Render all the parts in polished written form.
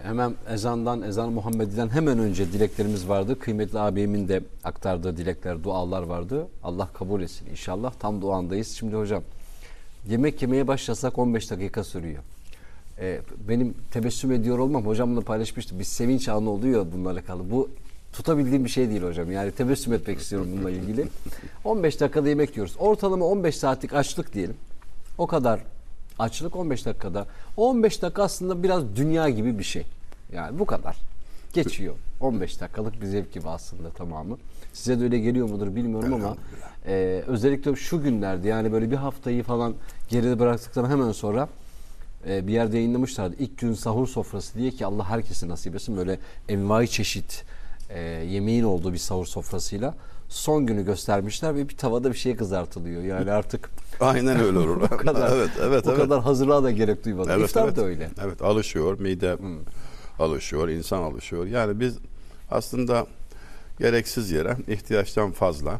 hemen ezan Muhammedi'den hemen önce dileklerimiz vardı. Kıymetli abimin de aktardığı dilekler, dualar vardı. Allah kabul etsin inşallah. Tam duandayız. Şimdi hocam yemek yemeye başlasak 15 dakika sürüyor. Benim tebessüm ediyor olmam, hocamla paylaşmıştım. Bir sevinç anı oluyor bununla alakalı. Bu tutabildiğim bir şey değil hocam. Yani tebessüm etmek istiyorum bununla ilgili. 15 dakikada yemek yiyoruz. Ortalama 15 saatlik açlık diyelim. O kadar açlık 15 dakikada. 15 dakika aslında biraz dünya gibi bir şey. Yani bu kadar. Geçiyor. 15 dakikalık bir zevk gibi aslında tamamı. Size de öyle geliyor mudur bilmiyorum ama özellikle şu günlerde yani böyle bir haftayı falan geride bıraktıktan hemen sonra bir yerde yayınlamışlardı. İlk gün sahur sofrası diye ki Allah herkese nasip etsin. Böyle envai çeşit yemeğin olduğu bir sahur sofrasıyla son günü göstermişler ve bir tavada bir şey kızartılıyor. Yani artık aynen öyle olur. o kadar, evet. kadar hazırlığa da gerek duymadım. Evet, İftar da öyle. Evet, alışıyor. Mide alışıyor, insan alışıyor. Yani biz aslında gereksiz yere ihtiyaçtan fazla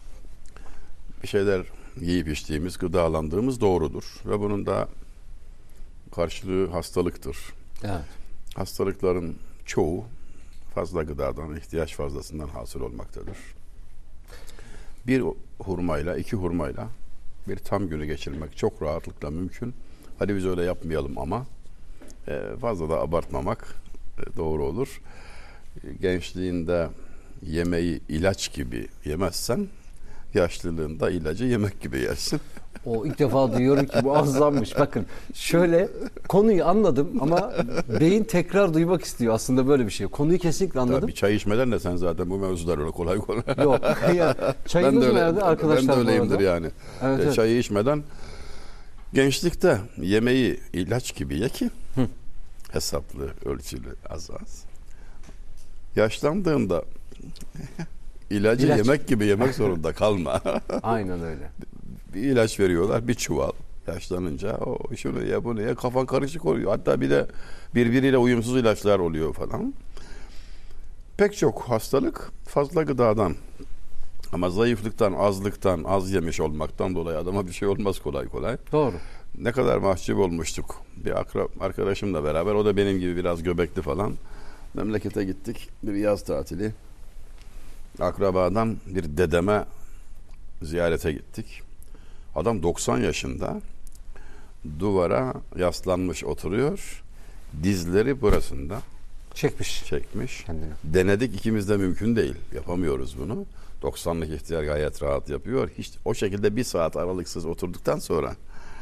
bir şeyler yiyip içtiğimiz, gıdalandığımız doğrudur. Ve bunun da karşılığı hastalıktır. Evet. Hastalıkların çoğu fazla gıdadan, ihtiyaç fazlasından hasıl olmaktadır. Bir hurmayla, 2 hurmayla bir tam günü geçirmek çok rahatlıkla mümkün. Hadi biz öyle yapmayalım ama fazla da abartmamak doğru olur. Gençliğinde yemeği ilaç gibi yemezsen yaşlılığında ilacı yemek gibi yersin. O ilk defa duyuyorum ki muazzammış. Bakın şöyle konuyu anladım ama beyin tekrar duymak istiyor aslında böyle bir şey. Konuyu kesinlikle anladım. Tabii çay içmeden de sen zaten bu mevzular öyle kolay. Yok. Yani çayımız nerede arkadaşlar? Ben de öyleyimdir yani. Evet. Çayı içmeden gençlikte yemeği ilaç gibi ye ki hesaplı, ölçülü, az az. Yaşlandığında ilacı yemek gibi yemek zorunda kalma. Aynen öyle. Bir ilaç veriyorlar, bir çuval. Yaşlanınca o şunu ye bunu ye, kafan karışık oluyor. Hatta bir de birbiriyle uyumsuz ilaçlar oluyor falan. Pek çok hastalık fazla gıdadan ama zayıflıktan, azlıktan, az yemiş olmaktan dolayı adama bir şey olmaz kolay kolay. Doğru. Ne kadar mahcup olmuştuk. Bir arkadaşımla beraber, o da benim gibi biraz göbekli falan. Memlekete gittik, bir yaz tatili. Akrabadan bir dedeme ziyarete gittik. Adam 90 yaşında, duvara yaslanmış oturuyor. Dizleri burasında. Çekmiş kendini. Denedik, ikimiz de mümkün değil. Yapamıyoruz bunu. 90'lık ihtiyar gayet rahat yapıyor. Hiç o şekilde 1 saat aralıksız oturduktan sonra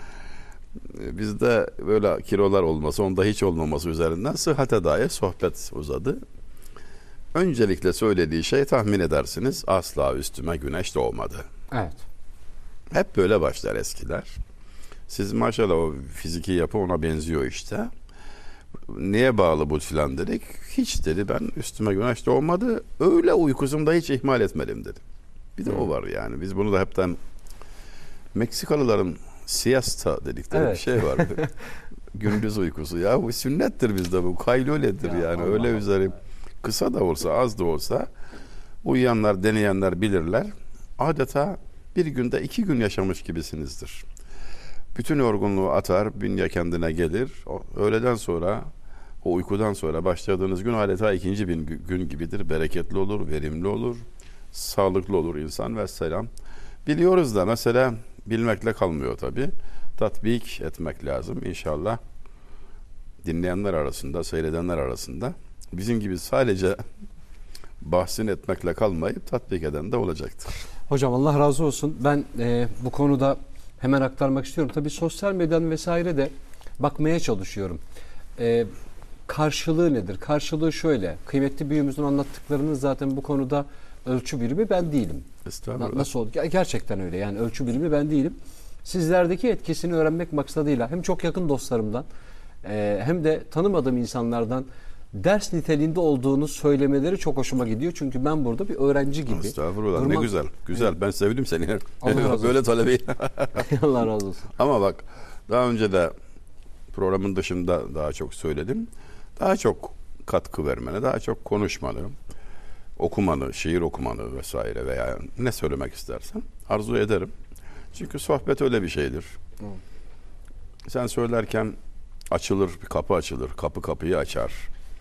bizde böyle kilolar olması, onda hiç olmaması üzerinden sıhhate dair sohbet uzadı. Öncelikle söylediği şey, tahmin edersiniz, asla üstüme güneş doğmadı. Evet. Hep böyle başlar eskiler. Siz maşallah o fiziki yapı ona benziyor işte. Neye bağlı bu filan dedik. Hiç dedi, ben üstüme güneş doğmadı. Öyle uykusunda hiç ihmal etmedim dedi. Bir de o var yani. Biz bunu da hepten Meksikalıların siesta dedikleri bir şey var. Gündüz uykusu. Ya bu sünnettir bizde bu. Kayluledir yani. Öyle üzeri kısa da olsa, az da olsa uyuyanlar, deneyenler bilirler. Adeta bir günde 2 gün yaşamış gibisinizdir. Bütün yorgunluğu atar, bünye kendine gelir. Öğleden sonra, o uykudan sonra başladığınız gün adeta ikinci bir gün gibidir. Bereketli olur, verimli olur, sağlıklı olur insan ve selam. Biliyoruz da mesela bilmekle kalmıyor tabii. Tatbik etmek lazım. İnşallah dinleyenler arasında, seyredenler arasında bizim gibi sadece bahsin etmekle kalmayıp tatbik eden de olacaktır. Hocam Allah razı olsun. Ben bu konuda hemen aktarmak istiyorum. Tabii sosyal medyadan vesaire de bakmaya çalışıyorum. Karşılığı nedir? Karşılığı şöyle. Kıymetli büyüğümüzün anlattıklarının zaten bu konuda ölçü birimi ben değilim. Nasıl oldu? Gerçekten öyle. Yani ölçü birimi ben değilim. Sizlerdeki etkisini öğrenmek maksadıyla hem çok yakın dostlarımdan hem de tanımadığım insanlardan ders niteliğinde olduğunu söylemeleri çok hoşuma gidiyor. Çünkü ben burada bir öğrenci gibi. Estağfurullah. Ne güzel. Güzel. Evet. Ben sevdim seni. Böyle talebeyi. Allah razı olsun. Ama bak, daha önce de programın dışında daha çok söyledim. Daha çok katkı vermeni, daha çok konuşmanı, okumanı, şiir okumanı vesaire veya ne söylemek istersen arzu ederim. Çünkü sohbet öyle bir şeydir. Sen söylerken açılır, bir kapı açılır. Kapı kapıyı açar.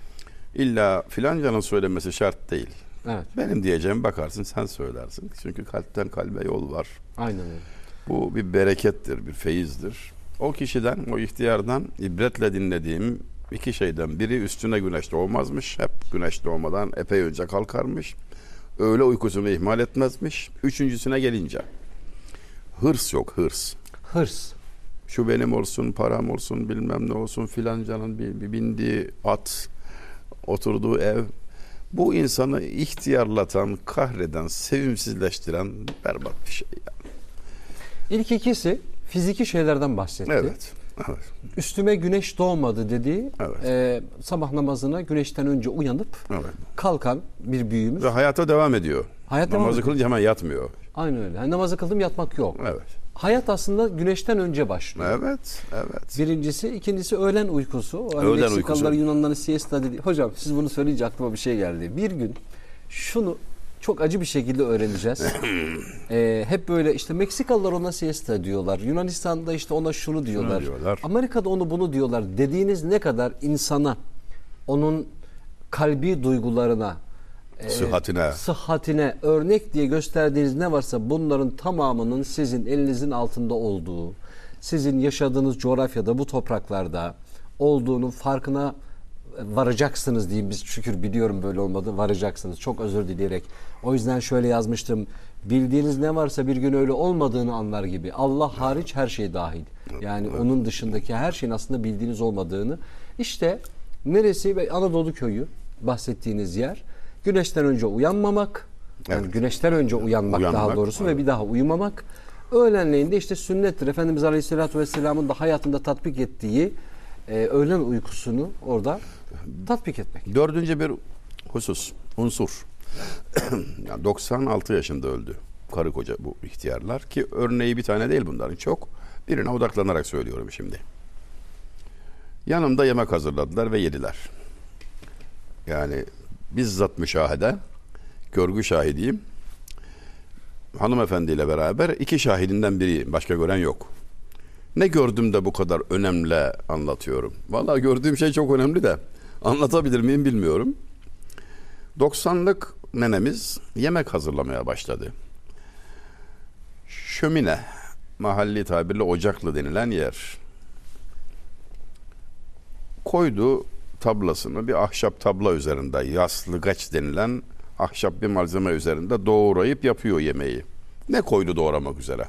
İlla filancanın söylemesi şart değil. Evet. Benim diyeceğim bakarsın sen söylersin. Çünkü kalpten kalbe yol var. Aynen öyle. Bu bir berekettir, bir feyizdir. O kişiden, o ihtiyardan ibretle dinlediğim iki şeyden biri üstüne güneş doğmazmış. Hep güneş doğmadan epey önce kalkarmış. Öğle uykusunu ihmal etmezmiş. Üçüncüsüne gelince hırs yok, hırs. Hırs. Şu benim olsun, param olsun, bilmem ne olsun, filancanın bir bindiği at, oturduğu ev. Bu insanı ihtiyarlatan, kahreden, sevimsizleştiren berbat bir şey. İlk ikisi fiziki şeylerden bahsetti. Evet, evet. Üstüme güneş doğmadı dediği, Evet. sabah namazına güneşten önce uyanıp Evet. kalkan bir büyüğümüz. Ve hayata devam ediyor. Hayat devam Namazı ediyor. kılınca hemen yatmıyor. Aynen öyle. Yani namazı kıldım yatmak yok. Evet. Hayat aslında güneşten önce başlıyor. Evet, evet. Birincisi, ikincisi öğlen uykusu. Hani Öğlen Meksikalılar uykusu. Yunanlıların siesta dedi. Hocam siz bunu söyleyince aklıma bir şey geldi. Bir gün şunu çok acı bir şekilde öğreneceğiz. Hep böyle işte Meksikalılar ona siesta diyorlar. Yunanistan'da işte ona şunu diyorlar. diyorlar. Amerika'da onu bunu diyorlar. Dediğiniz ne kadar insana, onun kalbi duygularına, sıhhatine örnek diye gösterdiğiniz ne varsa bunların tamamının sizin elinizin altında olduğu, sizin yaşadığınız coğrafyada, bu topraklarda olduğunun farkına varacaksınız diyeyim. Biz şükür biliyorum böyle olmadı, varacaksınız. Çok özür dileyerek. O yüzden şöyle yazmıştım. Bildiğiniz ne varsa bir gün öyle olmadığını anlar gibi. Allah hariç her şey dahil. Yani onun dışındaki her şeyin aslında bildiğiniz olmadığını. İşte neresi ve Anadolu köyü bahsettiğiniz yer. Güneşten önce uyanmamak, yani Evet. güneşten önce uyanmak daha doğrusu evet. ve bir daha uyumamak. Öğlenleyin de işte sünnettir. Efendimiz Aleyhisselatü Vesselam'ın da hayatında tatbik ettiği öğlen uykusunu orada tatbik etmek. Dördüncü bir husus, unsur. Yani 96 yaşında öldü karı koca bu ihtiyarlar ki örneği bir tane değil bunların çok. Birine odaklanarak söylüyorum şimdi. Yanımda yemek hazırladılar ve yediler. Yani bizzat müşahede, görgü şahidiyim. Hanımefendiyle beraber iki şahidinden biriyim. Başka gören yok. Ne gördüm de bu kadar önemli anlatıyorum. Vallahi gördüğüm şey çok önemli de anlatabilir miyim bilmiyorum. 90'lık nenemiz yemek hazırlamaya başladı. Şömine, mahalli tabirle ocaklı denilen yer. Koydu tablasını bir ahşap tabla üzerinde, yaslıgaç denilen ahşap bir malzeme üzerinde doğrayıp yapıyor yemeği. Ne koydu doğramak üzere?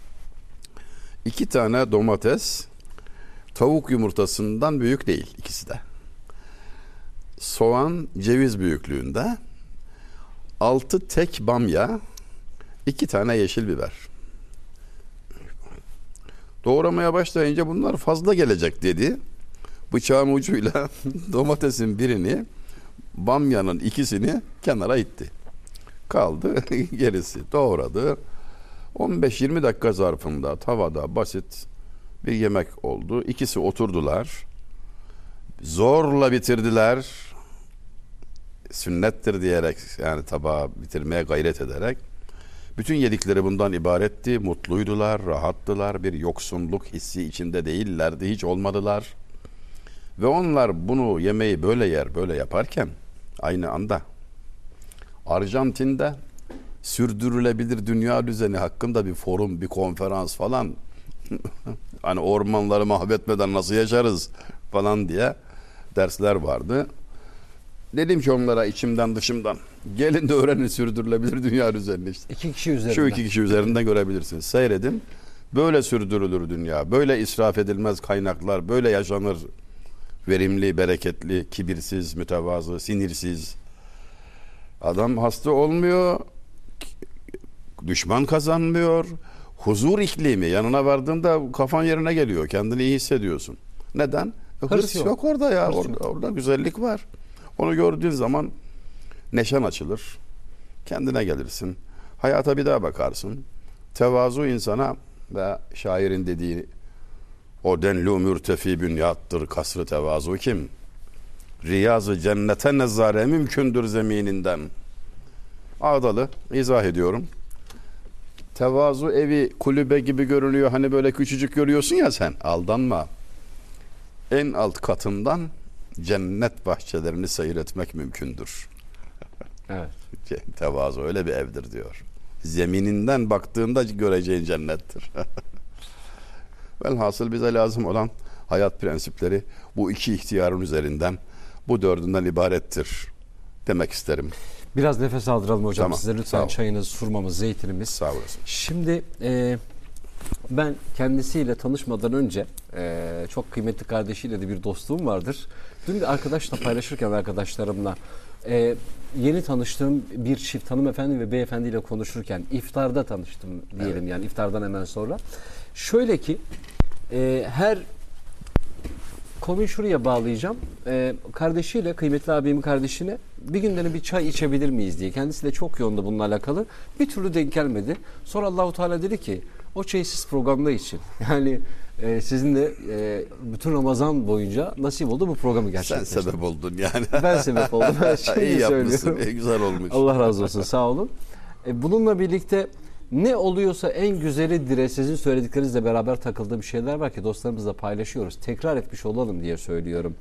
2 tane domates, tavuk yumurtasından büyük değil ikisi de. Soğan, ceviz büyüklüğünde, 6 tek bamya, 2 tane yeşil biber. Doğramaya başlayınca bunlar fazla gelecek dedi. Bıçağın ucuyla domatesin birini, bamyanın ikisini kenara itti. Kaldı gerisi. Doğradı. 15-20 dakika zarfında tavada basit bir yemek oldu. İkisi oturdular. Zorla bitirdiler. Sünnettir diyerek, yani tabağı bitirmeye gayret ederek. Bütün yedikleri bundan ibaretti. Mutluydular, rahattılar. Bir yoksunluk hissi içinde değillerdi. Hiç olmadılar. Ve onlar bunu yemeği böyle yer, böyle yaparken aynı anda Arjantin'de sürdürülebilir dünya düzeni hakkında bir forum, bir konferans falan hani ormanları mahvetmeden nasıl yaşarız falan diye dersler vardı. Dedim ki onlara içimden dışımdan gelin de öğrenin sürdürülebilir dünya düzenini işte. 2 kişi üzerinden. Şu 2 kişi üzerinden görebilirsiniz. Seyredin. Böyle sürdürülür dünya. Böyle israf edilmez kaynaklar. Böyle yaşanır. Verimli, bereketli, kibirsiz, mütevazı, sinirsiz. Adam hasta olmuyor. Düşman kazanmıyor. Huzur iklimi. Yanına vardığında kafan yerine geliyor. Kendini iyi hissediyorsun. Neden? Hırs yok orada ya. Orada güzellik var. Onu gördüğün zaman neşen açılır. Kendine gelirsin. Hayata bir daha bakarsın. Tevazu insana ve şairin dediği o denli mürtefi bünyattır kasrı tevazu kim? Riyazı cennete nezare mümkündür zemininden. Ağdalı izah ediyorum. Tevazu evi kulübe gibi görünüyor. Hani böyle küçücük görüyorsun ya sen. Aldanma. En alt katından cennet bahçelerini seyretmek mümkündür. Evet. Tevazu öyle bir evdir diyor. Zemininden baktığında göreceğin cennettir. Velhasıl bize lazım olan hayat prensipleri bu iki ihtiyarın üzerinden, bu dördünden ibarettir demek isterim. Biraz nefes aldıralım hocam. Tamam, Size lütfen çayınız, surmamız, zeytinimiz. Sağ olasın. Şimdi ben kendisiyle tanışmadan önce çok kıymetli kardeşiyle de bir dostluğum vardır. Dün bir arkadaşla paylaşırken arkadaşlarımla yeni tanıştığım bir çift hanımefendi ve beyefendiyle konuşurken iftarda tanıştım diyelim, yani iftardan hemen sonra. Şöyle ki her konuyu şuraya bağlayacağım. Kardeşiyle, kıymetli abimin kardeşine bir günden bir çay içebilir miyiz diye. Kendisi de çok yoğundu bununla alakalı. Bir türlü denk gelmedi. Sonra Allahu Teala dedi ki o çayı siz programda için. Yani sizin de bütün Ramazan boyunca nasip oldu bu programı gerçekleştirmek. Sen sebep oldun yani. Ben sebep oldum. Şimdi İyi yapmışsın. söylüyorum. Güzel olmuş. Allah razı olsun. Sağ olun. Bununla birlikte ne oluyorsa en güzelidir. Sizin söylediklerinizle beraber takıldığım şeyler var ki dostlarımızla paylaşıyoruz. Tekrar etmiş olalım diye söylüyorum.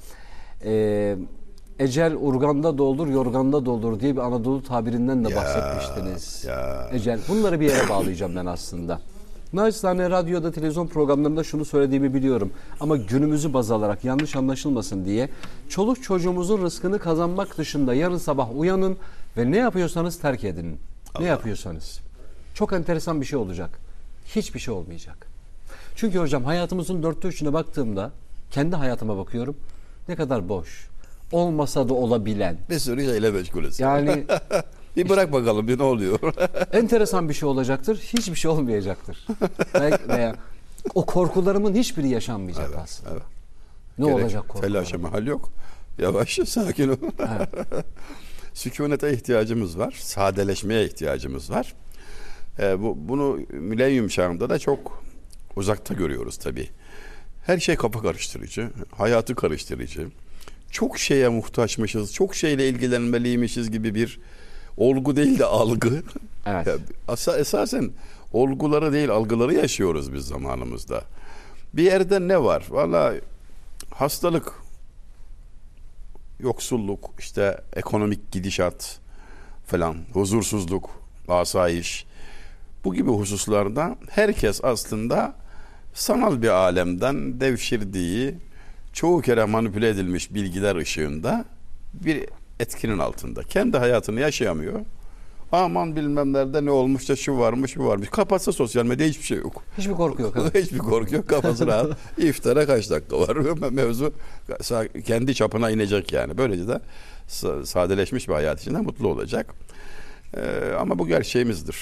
Ecel urganda doldur, yorganda doldur diye bir Anadolu tabirinden de bahsetmiştiniz. Ecel. Bunları bir yere bağlayacağım ben aslında. Naçizane radyoda, televizyon programlarında şunu söylediğimi biliyorum. Ama günümüzü baz alarak yanlış anlaşılmasın diye çoluk çocuğumuzun rızkını kazanmak dışında yarın sabah uyanın ve ne yapıyorsanız terk edin. Ne yapıyorsanız. Çok enteresan bir şey olacak. Hiçbir şey olmayacak. Çünkü hocam hayatımızın dörtte üçüne baktığımda kendi hayatıma bakıyorum. Ne kadar boş. Olmasa da olabilen. Bir sürü şeyle meşgulüz. Yani bir bırak bakalım bir ne oluyor. enteresan bir şey olacaktır. Hiçbir şey olmayacaktır. Veya o korkularımın hiçbiri yaşanmayacak aslında. Evet. Ne olacak korkularım? Telaşa mahal yok. Yavaş sakin ol. Evet. Sükunete ihtiyacımız var. Sadeleşmeye ihtiyacımız var. Bunu milenyum çağında da çok uzakta görüyoruz tabii. Her şey kafa karıştırıcı, hayatı karıştırıcı. Çok şeye muhtaçmışız, çok şeyle ilgilenmeliymişiz gibi bir olgu değil de algı. Evet. Esasen olguları değil algıları yaşıyoruz biz zamanımızda. Bir yerde ne var? Vallahi hastalık, yoksulluk, işte ekonomik gidişat falan, huzursuzluk, asayiş. Bu gibi hususlarda herkes aslında sanal bir alemden devşirdiği, çoğu kere manipüle edilmiş bilgiler ışığında bir etkinin altında. Kendi hayatını yaşayamıyor. Aman bilmem nerede ne olmuş da şu varmış bu varmış. Kapatsa sosyal medya hiçbir şey yok. Hiçbir korku yok. Evet. Hiçbir korku yok. Kafası rahat. İftara kaç dakika var? Mevzu kendi çapına inecek yani. Böylece de sadeleşmiş bir hayat içinde mutlu olacak. Ama bu gerçeğimizdir.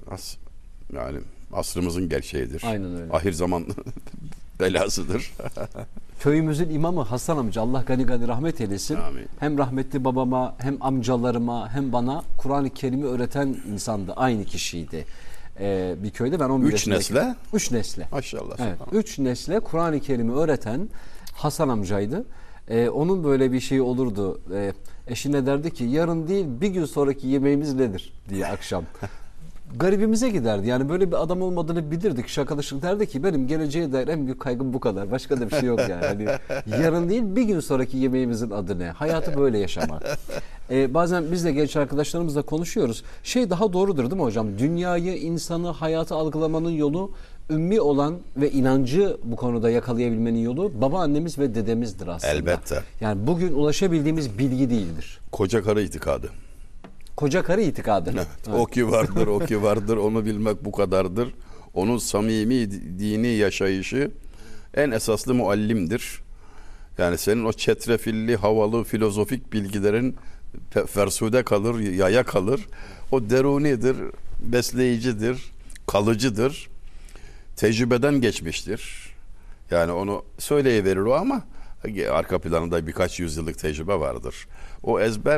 Yani asrımızın gerçeğidir. Aynen öyle. Ahir zaman belasıdır. Köyümüzün imamı Hasan amca, Allah gani gani rahmet eylesin. Amin. Hem rahmetli babama hem amcalarıma hem bana Kur'an-ı Kerim'i öğreten insandı. Aynı kişiydi. Bir köyde ben 11 Üç nesle? 3 nesle. Maşallah. Evet, 3 nesle Kur'an-ı Kerim'i öğreten Hasan amcaydı. Onun böyle bir şeyi olurdu. Eşine derdi ki yarın değil bir gün sonraki yemeğimiz nedir diye akşam. Garibimize giderdi. Yani böyle bir adam olmadığını bilirdik. Şakalaşık derdi ki benim geleceğe dair en büyük kaygım bu kadar. Başka da bir şey yok yani. Hani yarın değil bir gün sonraki yemeğimizin adı ne? Hayatı böyle yaşamak. Bazen biz de genç arkadaşlarımızla konuşuyoruz. Şey daha doğrudur değil mi hocam? Dünyayı, insanı, hayatı algılamanın yolu ümmi olan ve inancı bu konuda yakalayabilmenin yolu babaannemiz ve dedemizdir aslında. Elbette. Yani bugün ulaşabildiğimiz bilgi değildir. Koca karı itikadı. Koca karı itikadı. Evet. O ki vardır, o ki vardır, onu bilmek bu kadardır. Onun samimi dini yaşayışı en esaslı muallimdir. Yani senin o çetrefilli, havalı, filozofik bilgilerin fersude kalır, yaya kalır. O derunidir, besleyicidir, kalıcıdır. Tecrübeden geçmiştir. Yani onu söyleyiverir o ama arka planında birkaç yüzyıllık tecrübe vardır. O ezber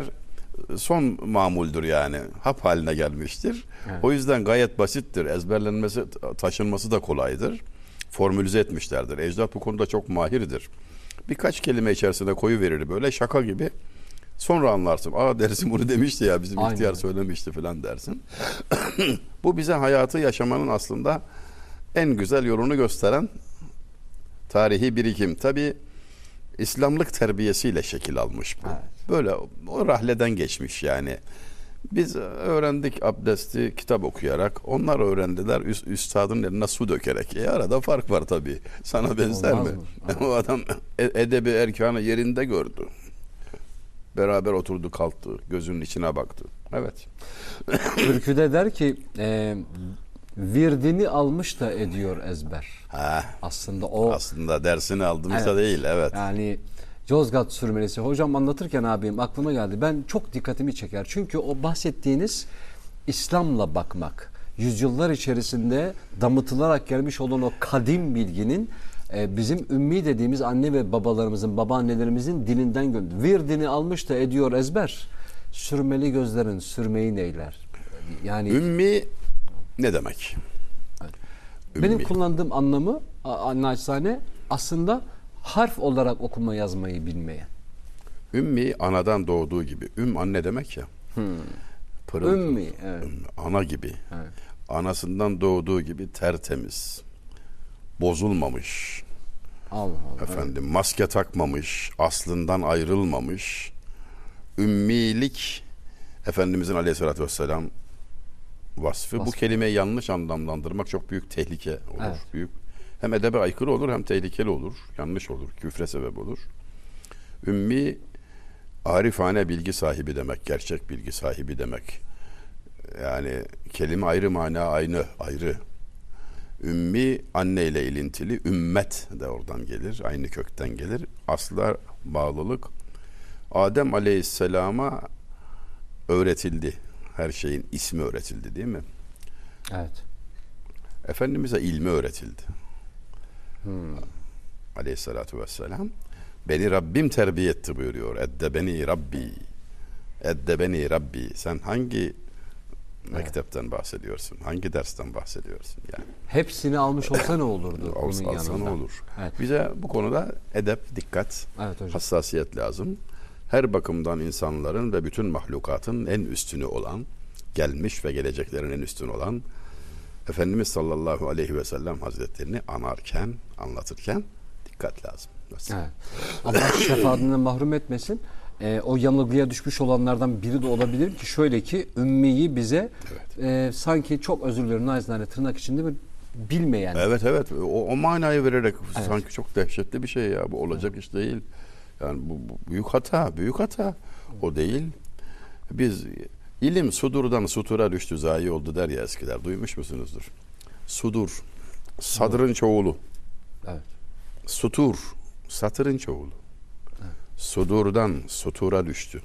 son mamuldür yani. Hap haline gelmiştir. Evet. O yüzden gayet basittir. Ezberlenmesi, taşınması da kolaydır. Formülize etmişlerdir. Ecdat bu konuda çok mahirdir. Birkaç kelime içerisine koyuverir böyle şaka gibi. Sonra anlarsın. Aa dersin bunu demişti ya bizim Aynen. ihtiyar söylemişti falan dersin. Bu bize hayatı yaşamanın aslında en güzel yolunu gösteren tarihi birikim. Tabii İslamlık terbiyesiyle şekil almış bu. Evet. Böyle o rahleden geçmiş yani. Biz öğrendik abdesti kitap okuyarak. Onlar öğrendiler üstadın eline su dökerek. Arada fark var tabii. Sana benzer Olmaz mi? mı? Evet. O adam edebi erkanı yerinde gördü. Beraber oturdu kalktı. Gözünün içine baktı. Evet. Türküde der ki virdini almış da ediyor ezber. Ha, Aslında o aslında dersini aldığımızda Evet. değil. Evet. yani Yozgat sürmelisi. Hocam anlatırken abim aklıma geldi. Ben çok dikkatimi çeker. Çünkü o bahsettiğiniz İslam'la bakmak, yüzyıllar içerisinde damıtılarak gelmiş olan o kadim bilginin bizim ümmi dediğimiz anne ve babalarımızın, babaannelerimizin dilinden gördü. Virdini almış da ediyor ezber. Sürmeli gözlerin sürmeyi neyler? Yani Ümmi ne demek? benim Ümmi. kullandığım anlamı naçizane aslında harf olarak okuma yazmayı bilmeyen. Ümmi anadan doğduğu gibi. Anne demek ya. Pırıl Ümmi. Evet. ana gibi. Evet. Anasından doğduğu gibi tertemiz. Bozulmamış. Allah Allah. Efendim maske takmamış, aslından ayrılmamış. Ümmilik Efendimizin Aleyhisselatü Vesselam vasfı. Bu kelimeyi yanlış anlamlandırmak çok büyük tehlike olur. Evet. Büyük. Hem edebe aykırı olur hem tehlikeli olur. Yanlış olur. Küfre sebep olur. Ümmi arifane bilgi sahibi demek. Gerçek bilgi sahibi demek. Yani kelime ayrı, mana ayrı. Ümmi anne ile ilintili, ümmet de oradan gelir, aynı kökten gelir. Asla bağlılık. Adem Aleyhisselam'a öğretildi. Her şeyin ismi öğretildi değil mi? Evet. Efendimiz'e ilmi öğretildi. Aleyhissalatu vesselam. Beni Rabbim terbiye etti buyuruyor. Eddebeni Rabbi. Eddebeni Rabbi. Sen hangi mektepten bahsediyorsun? Hangi dersten bahsediyorsun? Yani Hepsini almış olsa ne olurdu bunun alsa yanında? ne olur? Evet. Bize bu konuda edep, dikkat, Evet hocam. hassasiyet lazım. Her bakımdan insanların ve bütün mahlukatın en üstünü olan, gelmiş ve geleceklerin en üstünü olan Efendimiz sallallahu aleyhi ve sellem hazretlerini anarken, anlatırken dikkat lazım. Evet. Allah şefaatinden mahrum etmesin. O yanılgıya düşmüş olanlardan biri de olabilir ki şöyle ki ümmiyi bize sanki çok özür dilerim naçizane tırnak içinde bir bilmeyen. Evet. O manayı vererek sanki çok dehşetli bir şey ya. Bu olacak iş değil. Yani bu büyük hata. O değil. Biz ilim sudurdan sutura düştü, zayi oldu der ya eskiler. Duymuş musunuzdur? Sudur, sadrın çoğulu. Evet. Sutur, satırın çoğulu. Sudurdan sutura düştü.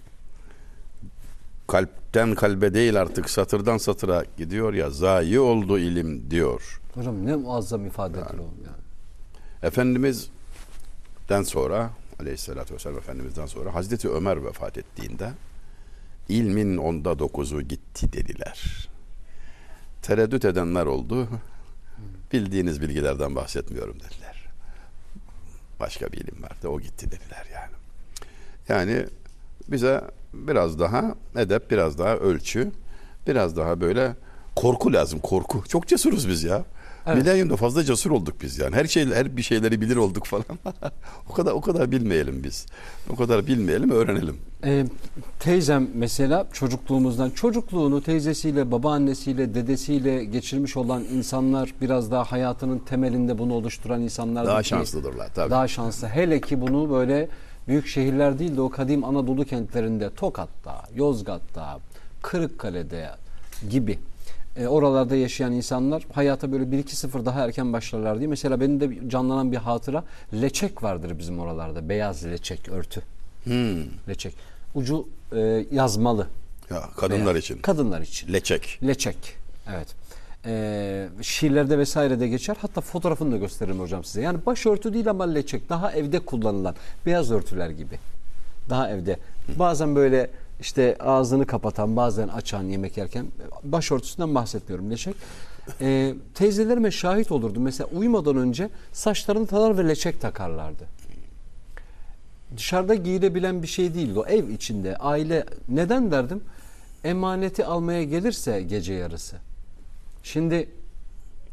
Kalpten kalbe değil artık satırdan satıra gidiyor ya, zayi oldu ilim diyor. Hocam ne muazzam ifadedir o yani. Efendimiz'den sonra Aleyhisselatü Vesselam Efendimiz'den sonra Hazreti Ömer vefat ettiğinde ilmin 9'u gitti dediler. Tereddüt edenler oldu. Bildiğiniz bilgilerden bahsetmiyorum dediler. Başka bir ilim vardı, o gitti dediler yani. Yani bize biraz daha edep, biraz daha ölçü, biraz daha böyle korku lazım, korku. Çok cesuruz biz ya. Evet. Milenyumda fazla cesur olduk biz yani. Her bir şeyleri bilir olduk falan. o kadar bilmeyelim biz. O kadar bilmeyelim, öğrenelim. Teyzem mesela çocukluğunu teyzesiyle, babaannesiyle, dedesiyle geçirmiş olan insanlar biraz daha hayatının temelinde bunu oluşturan insanlar Daha şanslıdırlar tabii. Daha şanslı. Hele ki bunu böyle büyük şehirler değil de o kadim Anadolu kentlerinde, Tokat'ta, Yozgat'ta, Kırıkkale'de gibi oralarda yaşayan insanlar hayata böyle 1-2-0 daha erken başlarlar diye. Mesela benim de canlanan bir hatıra, leçek vardır bizim oralarda. Beyaz leçek örtü. Leçek. Ucu yazmalı. Ya, kadınlar Beyaz. için. Kadınlar için. Leçek. Leçek. Evet. Şiirlerde vesaire de geçer. Hatta fotoğrafını da gösteririm hocam size. Yani başörtü değil ama leçek. Daha evde kullanılan beyaz örtüler gibi. Daha evde. Bazen böyle işte ağzını kapatan, bazen açan yemek yerken başörtüsünden bahsetmiyorum. Leçek. Teyzelerime şahit olurdum. Mesela uyumadan önce saçlarını tarar ve leçek takarlardı. Dışarıda giyilebilen bir şey değildi o. Ev içinde, aile. Neden derdim? Emaneti almaya gelirse gece yarısı. Şimdi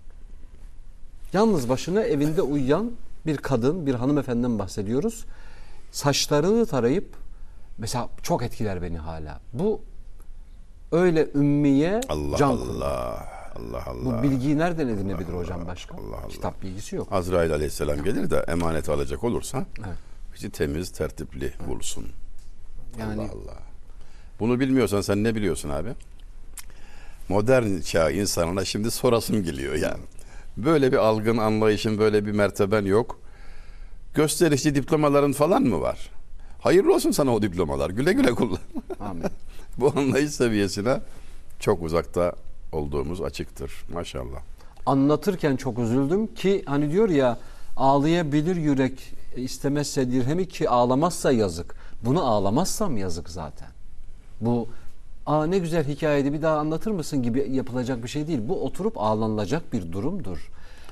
yalnız başına evinde uyuyan bir kadın, bir hanımefendiden bahsediyoruz. saçlarını tarayıp mesela çok etkiler beni hala. Bu öyle ümmiye Allah can Allah. kurban. Allah Allah. Bu bilgiyi nereden edinebilir hocam başka? Allah Allah. Kitap bilgisi yok. Azrail Aleyhisselam gelir de emaneti alacak olursa Evet. bizi temiz, tertipli bulsun. Yani Allah Allah. Bunu bilmiyorsan sen ne biliyorsun abi? Modern çağ insanına şimdi sorasım geliyor yani. Böyle bir algın, anlayışın, böyle bir merteben yok. Gösterişli diplomaların falan mı var? Hayırlı olsun sana o diplomalar. Güle güle kullan. amin. Bu anlayış seviyesine çok uzakta olduğumuz açıktır. Maşallah. Anlatırken çok üzüldüm ki hani diyor ya, ağlayabilir yürek istemezse dirhemi ki ağlamazsa yazık. Bunu ağlamazsam yazık zaten. Bu ne güzel hikayeydi, bir daha anlatır mısın gibi yapılacak bir şey değil. Bu oturup ağlanılacak bir durumdur.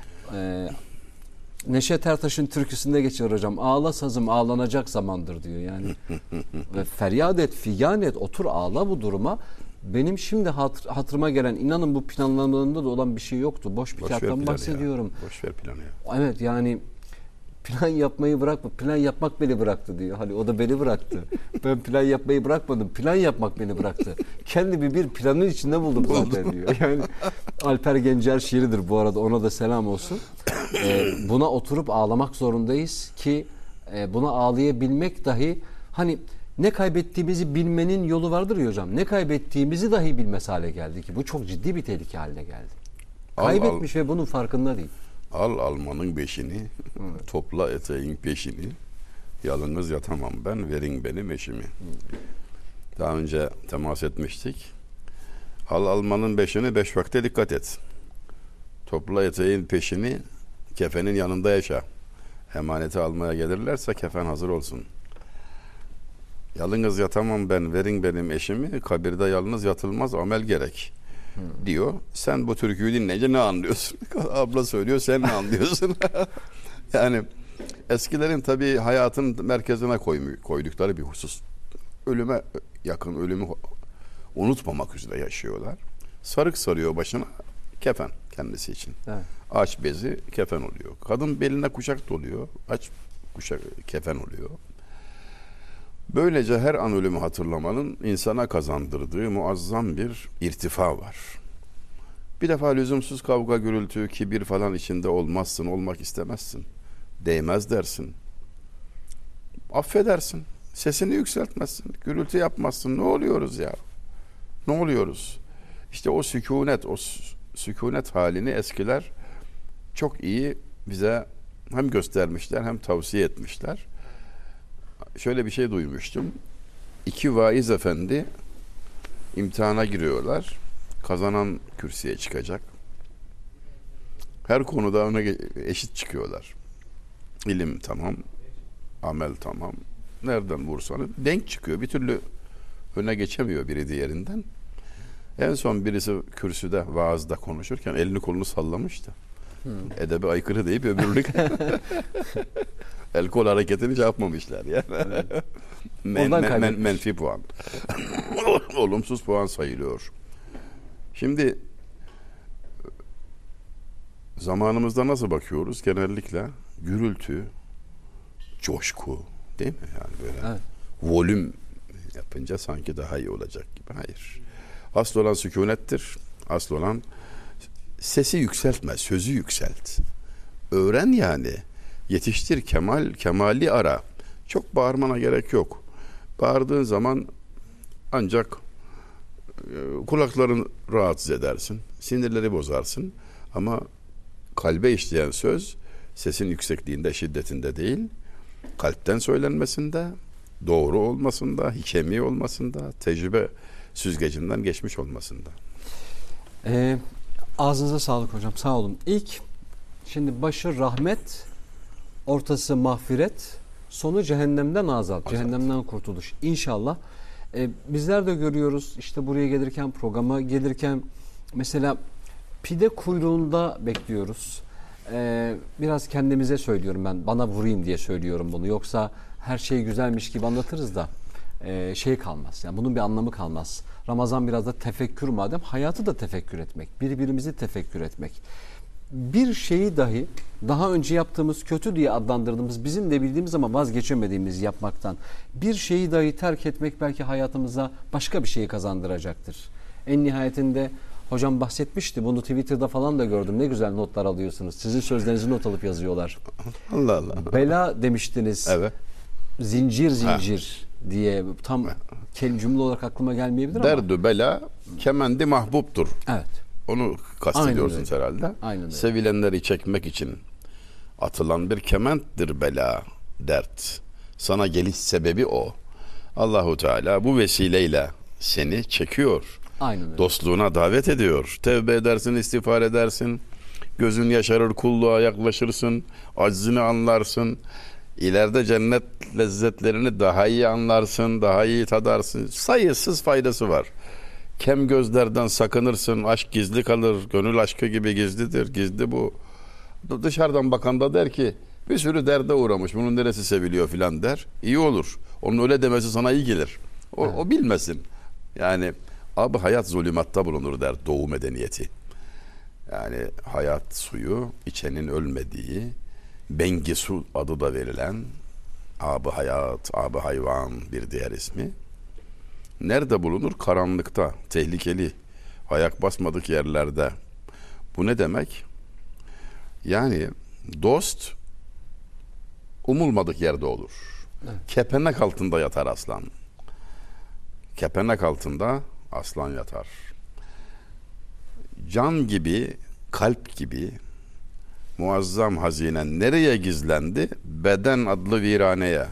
Neşet Ertaş'ın türküsünde geçiyor hocam. Ağla sazım ağlanacak zamandır diyor yani. Ve feryat et, figan et, otur ağla bu duruma. Benim şimdi hatırıma gelen, inanın bu planlarında da olan bir şey yoktu. Boş bir Boş ver kağıttan planı bahsediyorum. ya. Boş ver planı ya. Evet yani plan yapmayı bırakma. Plan yapmak beni bıraktı diyor. Hani o da beni bıraktı. Ben plan yapmayı bırakmadım. Plan yapmak beni bıraktı. Kendimi bir planın içinde buldum zaten diyor. Yani Alper Gencer şiiridir bu arada. Ona da selam olsun. Buna oturup ağlamak zorundayız ki buna ağlayabilmek dahi, hani ne kaybettiğimizi bilmenin yolu vardır ya hocam. Ne kaybettiğimizi dahi bilmez hale geldi ki. Bu çok ciddi bir tehlike haline geldi. Kaybetmiş ve bunun farkında değil. Al almanın beşini, topla eteğin peşini. Yalnız yatamam ben, verin benim eşimi. Daha önce temas etmiştik. Al almanın beşini, 5 vakte dikkat et. Topla eteğin peşini, kefenin yanında yaşa. Emaneti almaya gelirlerse kefen hazır olsun. Yalnız yatamam ben, verin benim eşimi. Kabirde yalnız yatılmaz, amel gerek. Diyor. Sen bu türküyü dinleyince ne anlıyorsun? Abla söylüyor, sen ne anlıyorsun? Yani eskilerin tabii hayatın merkezine koydukları bir husus. Ölüme yakın, ölümü unutmamak üzere yaşıyorlar. Sarık sarıyor başına, kefen kendisi için. Evet. Ağaç bezi kefen oluyor. Kadın beline kuşak doluyor. Aç kuşak kefen oluyor. Böylece her an ölümü hatırlamanın insana kazandırdığı muazzam bir irtifa var. Bir defa lüzumsuz kavga, gürültü, kibir falan içinde olmazsın, olmak istemezsin. Değmez dersin. Affedersin. Sesini yükseltmezsin. Gürültü yapmazsın. Ne oluyoruz ya? Ne oluyoruz? İşte o sükunet halini eskiler çok iyi bize hem göstermişler hem tavsiye etmişler. Şöyle bir şey duymuştum. 2 vaiz efendi imtihana giriyorlar. Kazanan kürsüye çıkacak. Her konuda ona eşit çıkıyorlar. İlim tamam, amel tamam. Nereden vursanız denk çıkıyor. Bir türlü öne geçemiyor biri diğerinden. En son birisi kürsüde, vaazda konuşurken elini kolunu sallamıştı. Edebe aykırı deyip öbürünü el kol hareketini yapmamışlar yani. Evet. Menfi puan. Olumsuz puan sayılıyor. Şimdi zamanımızda nasıl bakıyoruz? Genellikle gürültü, coşku, değil mi? Yani böyle Evet. volüm yapınca sanki daha iyi olacak gibi. Hayır. Asıl olan sükunettir. Asıl olan sesi yükseltme, sözü yükselt. Öğren yani. Yetiştir, kemali ara. Çok bağırmana gerek yok. Bağırdığın zaman ancak kulakların rahatsız edersin. Sinirleri bozarsın. Ama kalbe işleyen söz sesin yüksekliğinde, şiddetinde değil, kalpten söylenmesinde, doğru olmasında, hikemi olmasında, tecrübe süzgecinden geçmiş olmasında. Ağzınıza sağlık hocam, sağ olun. İlk, şimdi başı rahmet, ortası mağfiret, sonu cehennemden azat, cehennemden kurtuluş. İnşallah. Bizler de görüyoruz işte buraya gelirken, programa gelirken mesela pide kuyruğunda bekliyoruz. Biraz kendimize söylüyorum ben, bana vurayım diye söylüyorum bunu. Yoksa her şey güzelmiş gibi anlatırız da şey kalmaz. Yani bunun bir anlamı kalmaz. Ramazan biraz da tefekkür madem, hayatı da tefekkür etmek, birbirimizi tefekkür etmek. bir şeyi dahi daha önce yaptığımız, kötü diye adlandırdığımız, bizim de bildiğimiz ama vazgeçemediğimiz yapmaktan bir şeyi dahi terk etmek belki hayatımıza başka bir şeyi kazandıracaktır. En nihayetinde hocam bahsetmişti, bunu Twitter'da falan da gördüm, ne güzel notlar alıyorsunuz, sizin sözlerinizi not alıp yazıyorlar. Allah Allah. Bela demiştiniz. Evet. Zincir zincir diye tam cümle olarak aklıma gelmeyebilir ama. Derdü bela kemendi mahbuptur. Evet. Onu kastediyorsunuz herhalde. Aynen öyle. Sevilenleri çekmek için atılan bir kementtir bela, dert. Sana geliş sebebi o. Allahu Teala bu vesileyle seni çekiyor. Aynen öyle. Dostluğuna davet ediyor. Tevbe edersin, istiğfar edersin. Gözün yaşarır, kulluğa yaklaşırsın. Aczini anlarsın. İleride cennet lezzetlerini daha iyi anlarsın, daha iyi tadarsın. Sayısız faydası var. Kem gözlerden sakınırsın. Aşk gizli kalır. Gönül aşkı gibi gizlidir. Gizli bu. Dışarıdan bakan da der ki bir sürü derde uğramış. Bunun neresi seviliyor filan der. İyi olur. Onun öyle demesi sana iyi gelir. O bilmesin. Yani abi hayat zulümatta bulunur der Doğu medeniyeti. Yani hayat suyu içenin ölmediği, bengi su adı da verilen ab-ı hayat, ab-ı hayvan bir diğer ismi. Nerede bulunur? Karanlıkta, tehlikeli, ayak basmadık yerlerde. Bu ne demek? Yani dost umulmadık yerde olur. Evet. Kepenek altında yatar aslan. Kepenek altında aslan yatar. Can gibi, kalp gibi muazzam hazinen nereye gizlendi? Beden adlı viraneye.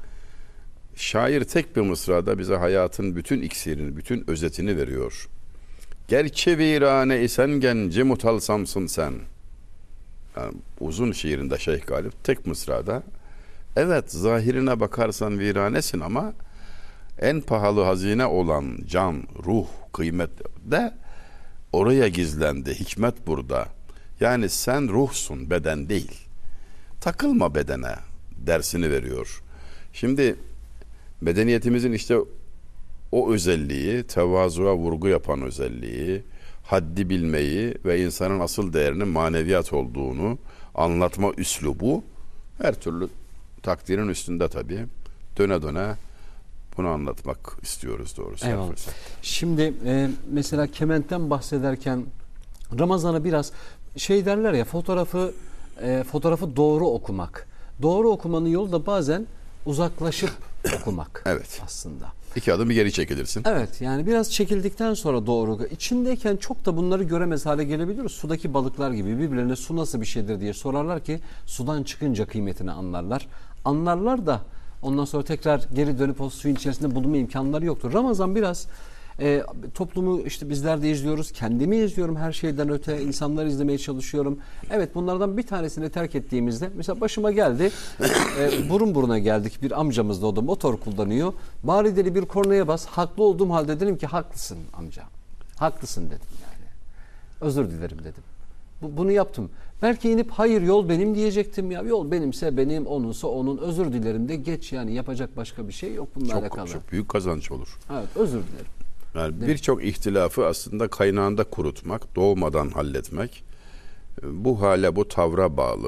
Şair tek bir mısrada bize hayatın bütün iksirini, bütün özetini veriyor. Gerçi virane isen genci mutalsamsın sen. Yani uzun şiirinde Şeyh Galip tek mısrada. Evet, zahirine bakarsan viranesin ama en pahalı hazine olan can, ruh, kıymet de oraya gizlendi. Hikmet burada. Yani sen ruhsun, beden değil. Takılma bedene dersini veriyor. Şimdi medeniyetimizin işte o özelliği, tevazuya vurgu yapan özelliği, haddi bilmeyi ve insanın asıl değerinin maneviyat olduğunu anlatma üslubu her türlü takdirin üstünde tabii. Döne döne bunu anlatmak istiyoruz doğrusu. Eyvallah. Şimdi mesela kementten bahsederken Ramazan'a biraz şey derler ya, fotoğrafı doğru okumak. Doğru okumanın yolu da bazen uzaklaşıp okumak. Evet. Aslında. 2 adım bir geri çekilirsin. Evet, yani biraz çekildikten sonra doğru. İçindeyken çok da bunları göremez hale gelebiliyoruz. Sudaki balıklar gibi birbirlerine su nasıl bir şeydir diye sorarlar ki sudan çıkınca kıymetini anlarlar. Anlarlar da ondan sonra tekrar geri dönüp o suyun içerisinde bulunma imkanları yoktur. Ramazan biraz toplumu işte bizler de izliyoruz. Kendimi izliyorum her şeyden öte. İnsanları izlemeye çalışıyorum. Evet, bunlardan bir tanesini terk ettiğimizde mesela başıma geldi. Burun buruna geldik. Bir amcamız da, o da motor kullanıyor. Bari dedi bir kornaya bas. Haklı olduğum halde dedim ki haklısın amca. Haklısın dedim yani. Özür dilerim dedim. Bunu yaptım. Belki inip hayır yol benim diyecektim ya. Yol benimse benim, onunsa onun. Özür dilerim de geç yani, yapacak başka bir şey yok bununla alakalı. Çok büyük kazanç olur. Evet, özür dilerim. Yani birçok ihtilafı aslında kaynağında kurutmak, doğmadan halletmek bu hale, bu tavra bağlı.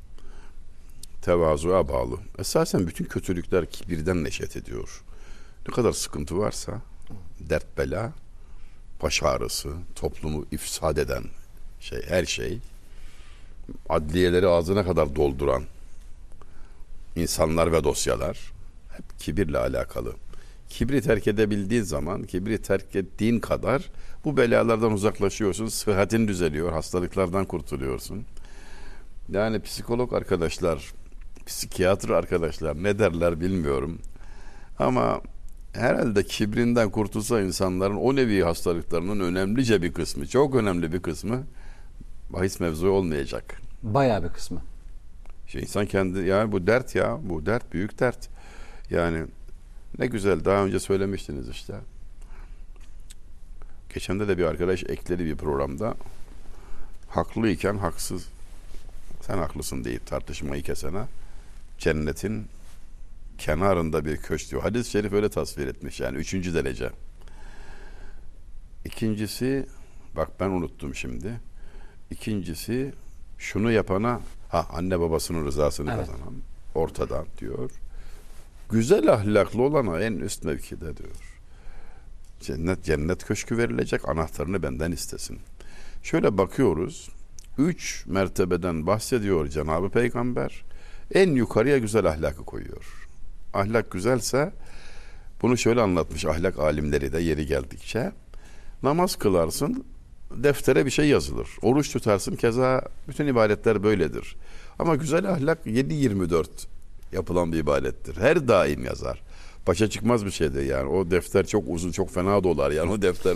Tevazuya bağlı. Esasen bütün kötülükler kibirden neşet ediyor. Ne kadar sıkıntı varsa, dert bela, baş ağrısı, toplumu ifsad eden her şey, adliyeleri ağzına kadar dolduran insanlar ve dosyalar hep kibirle alakalı. Kibri terk edebildiğin zaman, kibri terk ettiğin kadar bu belalardan uzaklaşıyorsun, sıhhatin düzeliyor, hastalıklardan kurtuluyorsun. Yani psikolog arkadaşlar, psikiyatr arkadaşlar ne derler bilmiyorum. Ama herhalde kibrinden kurtulsa insanların o nevi hastalıklarının önemlice bir kısmı, çok önemli bir kısmı bahis mevzu olmayacak. Bayağı bir kısmı. İnsan kendi, yani bu dert büyük dert. Yani ne güzel, daha önce söylemiştiniz işte. Geçen de bir arkadaş ekledi bir programda. Haklıyken haksız, sen haklısın deyip tartışmayı kesene cennetin kenarında bir köşk diyor. Hadis-i şerif öyle tasvir etmiş yani 3. derece. İkincisi, bak ben unuttum şimdi. İkincisi Şunu yapana anne babasının rızasını Evet. kazanan ortadan diyor. Güzel ahlaklı olana en üst mevkide diyor. Cennet köşkü verilecek, anahtarını benden istesin. Şöyle bakıyoruz. 3 mertebeden bahsediyor Cenab-ı Peygamber. En yukarıya güzel ahlakı koyuyor. Ahlak güzelse, bunu şöyle anlatmış ahlak alimleri de yeri geldikçe. Namaz kılarsın, deftere bir şey yazılır. Oruç tutarsın, keza bütün ibadetler böyledir. Ama güzel ahlak 7/24 yapılan bir ibadettir. Her daim yazar. Başa çıkmaz bir şeydir yani. O defter çok uzun, çok fena dolar yani o defter.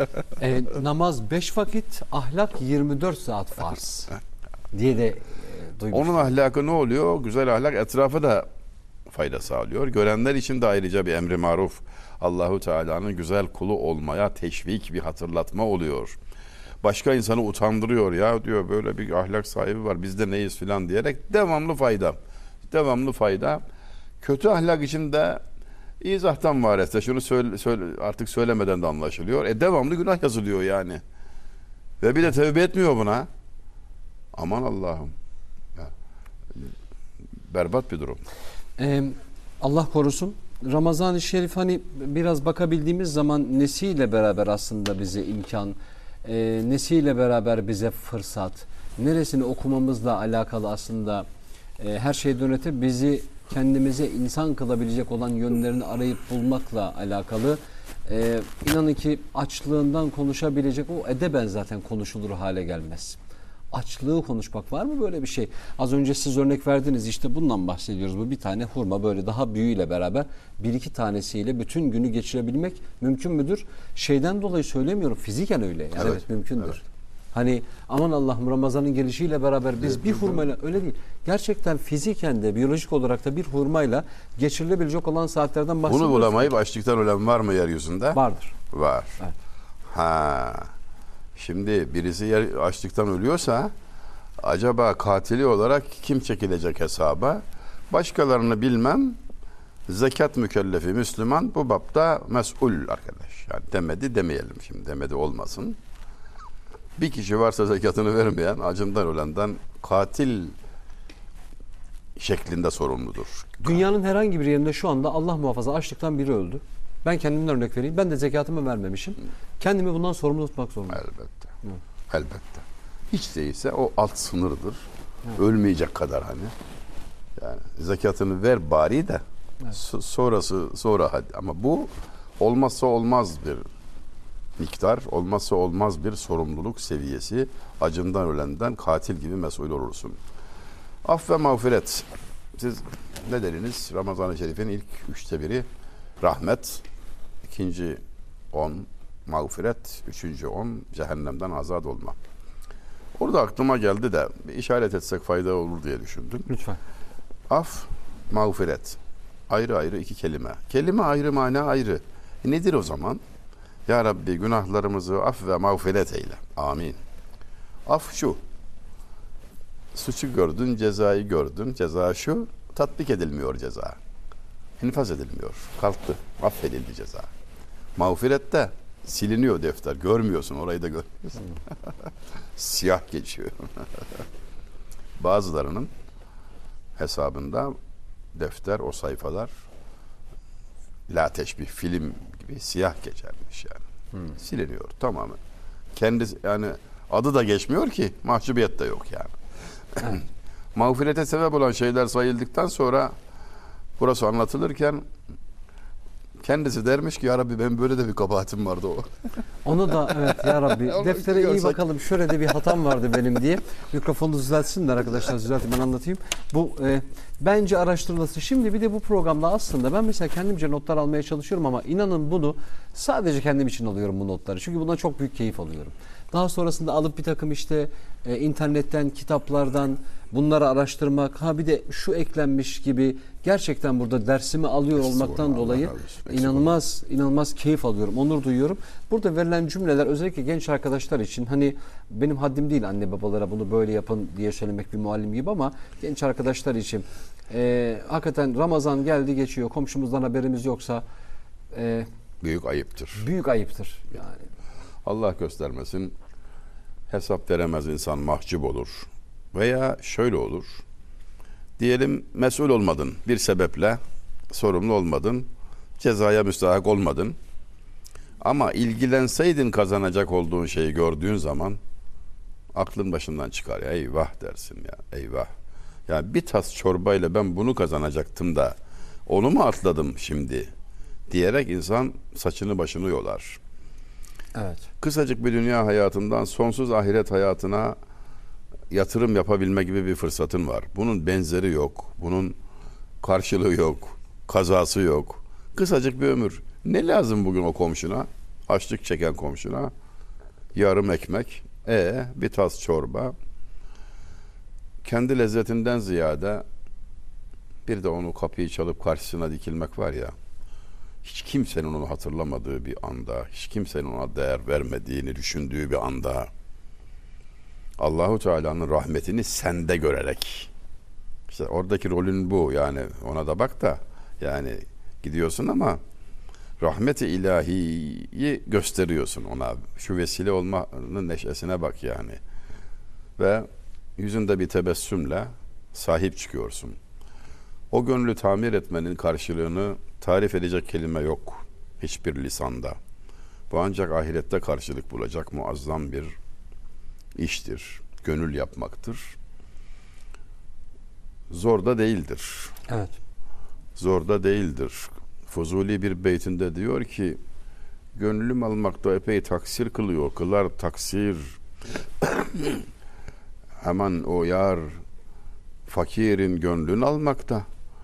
Namaz 5 vakit, ahlak 24 saat farz diye de duymuştum. Onun ahlakı ne oluyor? Güzel ahlak etrafa da fayda sağlıyor. Görenler için de ayrıca bir emri maruf. Allahu Teala'nın güzel kulu olmaya teşvik, bir hatırlatma oluyor. Başka insanı utandırıyor ya, diyor böyle bir ahlak sahibi var, biz de neyiz filan diyerek devamlı fayda. Devamlı fayda. Kötü ahlak için de izahtan varese şunu artık söylemeden de anlaşılıyor. Devamlı günah yazılıyor yani. Ve bir de tevbe etmiyor buna. Aman Allah'ım. Ya, berbat bir durum. Allah korusun. Ramazan-ı Şerif hani biraz bakabildiğimiz zaman nesiyle beraber aslında bize imkan, nesiyle beraber bize fırsat, neresini okumamızla alakalı aslında her şeyden öte bizi kendimize insan kılabilecek olan yönlerini arayıp bulmakla alakalı. İnanın ki açlığından konuşabilecek o edeben zaten konuşulur hale gelmez. Açlığı konuşmak var mı böyle bir şey? Az önce siz örnek verdiniz, işte bundan bahsediyoruz. Bu bir tane hurma böyle daha büyüğüyle beraber bir iki tanesiyle bütün günü geçirebilmek mümkün müdür? Şeyden dolayı söylemiyorum, fiziken öyle. Yani evet mümkündür. Evet. Hani aman Allah'ım Ramazan'ın gelişiyle beraber biz bir hurmayla, öyle değil. Gerçekten fiziken de biyolojik olarak da bir hurmayla geçirilebilecek olan saatlerden bahsediyoruz. Bunu bulamayıp açlıktan ölen var mı yeryüzünde? Vardır. Var. Evet. Ha. Şimdi birisi açlıktan ölüyorsa acaba katili olarak kim çekilecek hesaba? Başkalarını bilmem. Zekat mükellefi Müslüman bu bapta mesul arkadaş. Yani demedi demeyelim şimdi. Demedi olmasın. Bir kişi varsa zekatını vermeyen, acından ölenden katil şeklinde sorumludur. Dünyanın herhangi bir yerinde şu anda Allah muhafaza açlıktan biri öldü. Ben kendimden örnek vereyim. Ben de zekatımı vermemişim. Kendimi bundan sorumlu tutmak zorundayım. Elbette. Elbette. Hiç değilse o alt sınırdır. Ölmeyecek kadar hani. Yani zekatını ver bari de sonrası sonra hadi. Ama bu olmazsa olmaz bir miktar, olmazsa olmaz bir sorumluluk seviyesi. Acından ölenden katil gibi mesul olursun. Af ve mağfiret. Siz ne dediniz? Ramazan-ı Şerif'in ilk 1/3 rahmet, ikinci 10 mağfiret, 3. 10 cehennemden azat olma. Orada aklıma geldi de bir işaret etsek fayda olur diye düşündüm. Lütfen. Af, mağfiret. Ayrı ayrı iki kelime. Kelime ayrı, mana ayrı. Nedir o zaman? Ya Rabbi günahlarımızı af ve mağfiret eyle. Amin. Af şu. Suçu gördün, cezayı gördün. Ceza şu. Tatbik edilmiyor ceza. İnfaz edilmiyor. Kalktı. Affedildi ceza. Mağfirette siliniyor defter. Görmüyorsun. Orayı da görmüyorsun. Siyah geçiyor. Bazılarının hesabında defter, o sayfalar la teşbih film gibi siyah geçermiş yani. Siliniyor tamamen. Kendisi yani adı da geçmiyor ki, mahcubiyet de yok yani. Evet. Mağfirete sebep olan şeyler sayıldıktan sonra burası anlatılırken kendisi dermiş ki ya Rabbi ben böyle de bir kabahatim vardı o. Onu da evet ya Rabbi deftere iyi görsek. bakalım, şöyle de bir hatam vardı benim diye. Mikrofonu düzeltsinler arkadaşlar, düzeltin ben anlatayım. Bu bence araştırılması. Şimdi bir de bu programda aslında ben mesela kendimce notlar almaya çalışıyorum ama inanın bunu sadece kendim için alıyorum bu notları. Çünkü bundan çok büyük keyif alıyorum. Daha sonrasında alıp bir takım işte internetten, kitaplardan bunları araştırmak, bir de şu eklenmiş gibi gerçekten burada dersimi alıyor olmaktan dolayı inanılmaz keyif alıyorum, onur duyuyorum. Burada verilen cümleler özellikle genç arkadaşlar için, hani benim haddim değil anne babalara bunu böyle yapın diye söylemek bir muallim gibi ama genç arkadaşlar için hakikaten Ramazan geldi geçiyor, komşumuzdan haberimiz yoksa Büyük ayıptır. Büyük ayıptır yani. Allah göstermesin. Hesap veremez insan mahcup olur. Veya şöyle olur. Diyelim mesul olmadın. Bir sebeple sorumlu olmadın. Cezaya müstahak olmadın. Ama ilgilenseydin kazanacak olduğun şeyi gördüğün zaman aklın başından çıkar ya. Eyvah dersin ya. Eyvah. Ya bir tas çorbayla ben bunu kazanacaktım da onu mu atladım şimdi diyerek insan saçını başını yolar. Evet. Kısacık bir dünya hayatından sonsuz ahiret hayatına yatırım yapabilme gibi bir fırsatın var. Bunun benzeri yok. Bunun karşılığı yok. Kazası yok. Kısacık bir ömür. Ne lazım bugün o komşuna? Açlık çeken komşuna. Yarım ekmek. Bir tas çorba. Kendi lezzetinden ziyade bir de onu kapıyı çalıp karşısına dikilmek var ya. Hiç kimsenin onu hatırlamadığı bir anda, hiç kimsenin ona değer vermediğini düşündüğü bir anda Allahu Teala'nın rahmetini sende görerek, işte oradaki rolün bu, yani ona da bak da, yani gidiyorsun ama rahmeti ilahiyi gösteriyorsun ona, şu vesile olmanın neşesine bak yani, ve yüzünde bir tebessümle sahip çıkıyorsun. O gönlü tamir etmenin karşılığını tarif edecek kelime yok hiçbir lisanda. Bu ancak ahirette karşılık bulacak muazzam bir iştir. Gönül yapmaktır. Zor da değildir. Evet. Zor da değildir. Fuzuli bir beytinde diyor ki, gönlüm almakta epey taksir kılıyor. Kılar taksir. Hemen o yar fakirin gönlünü almakta.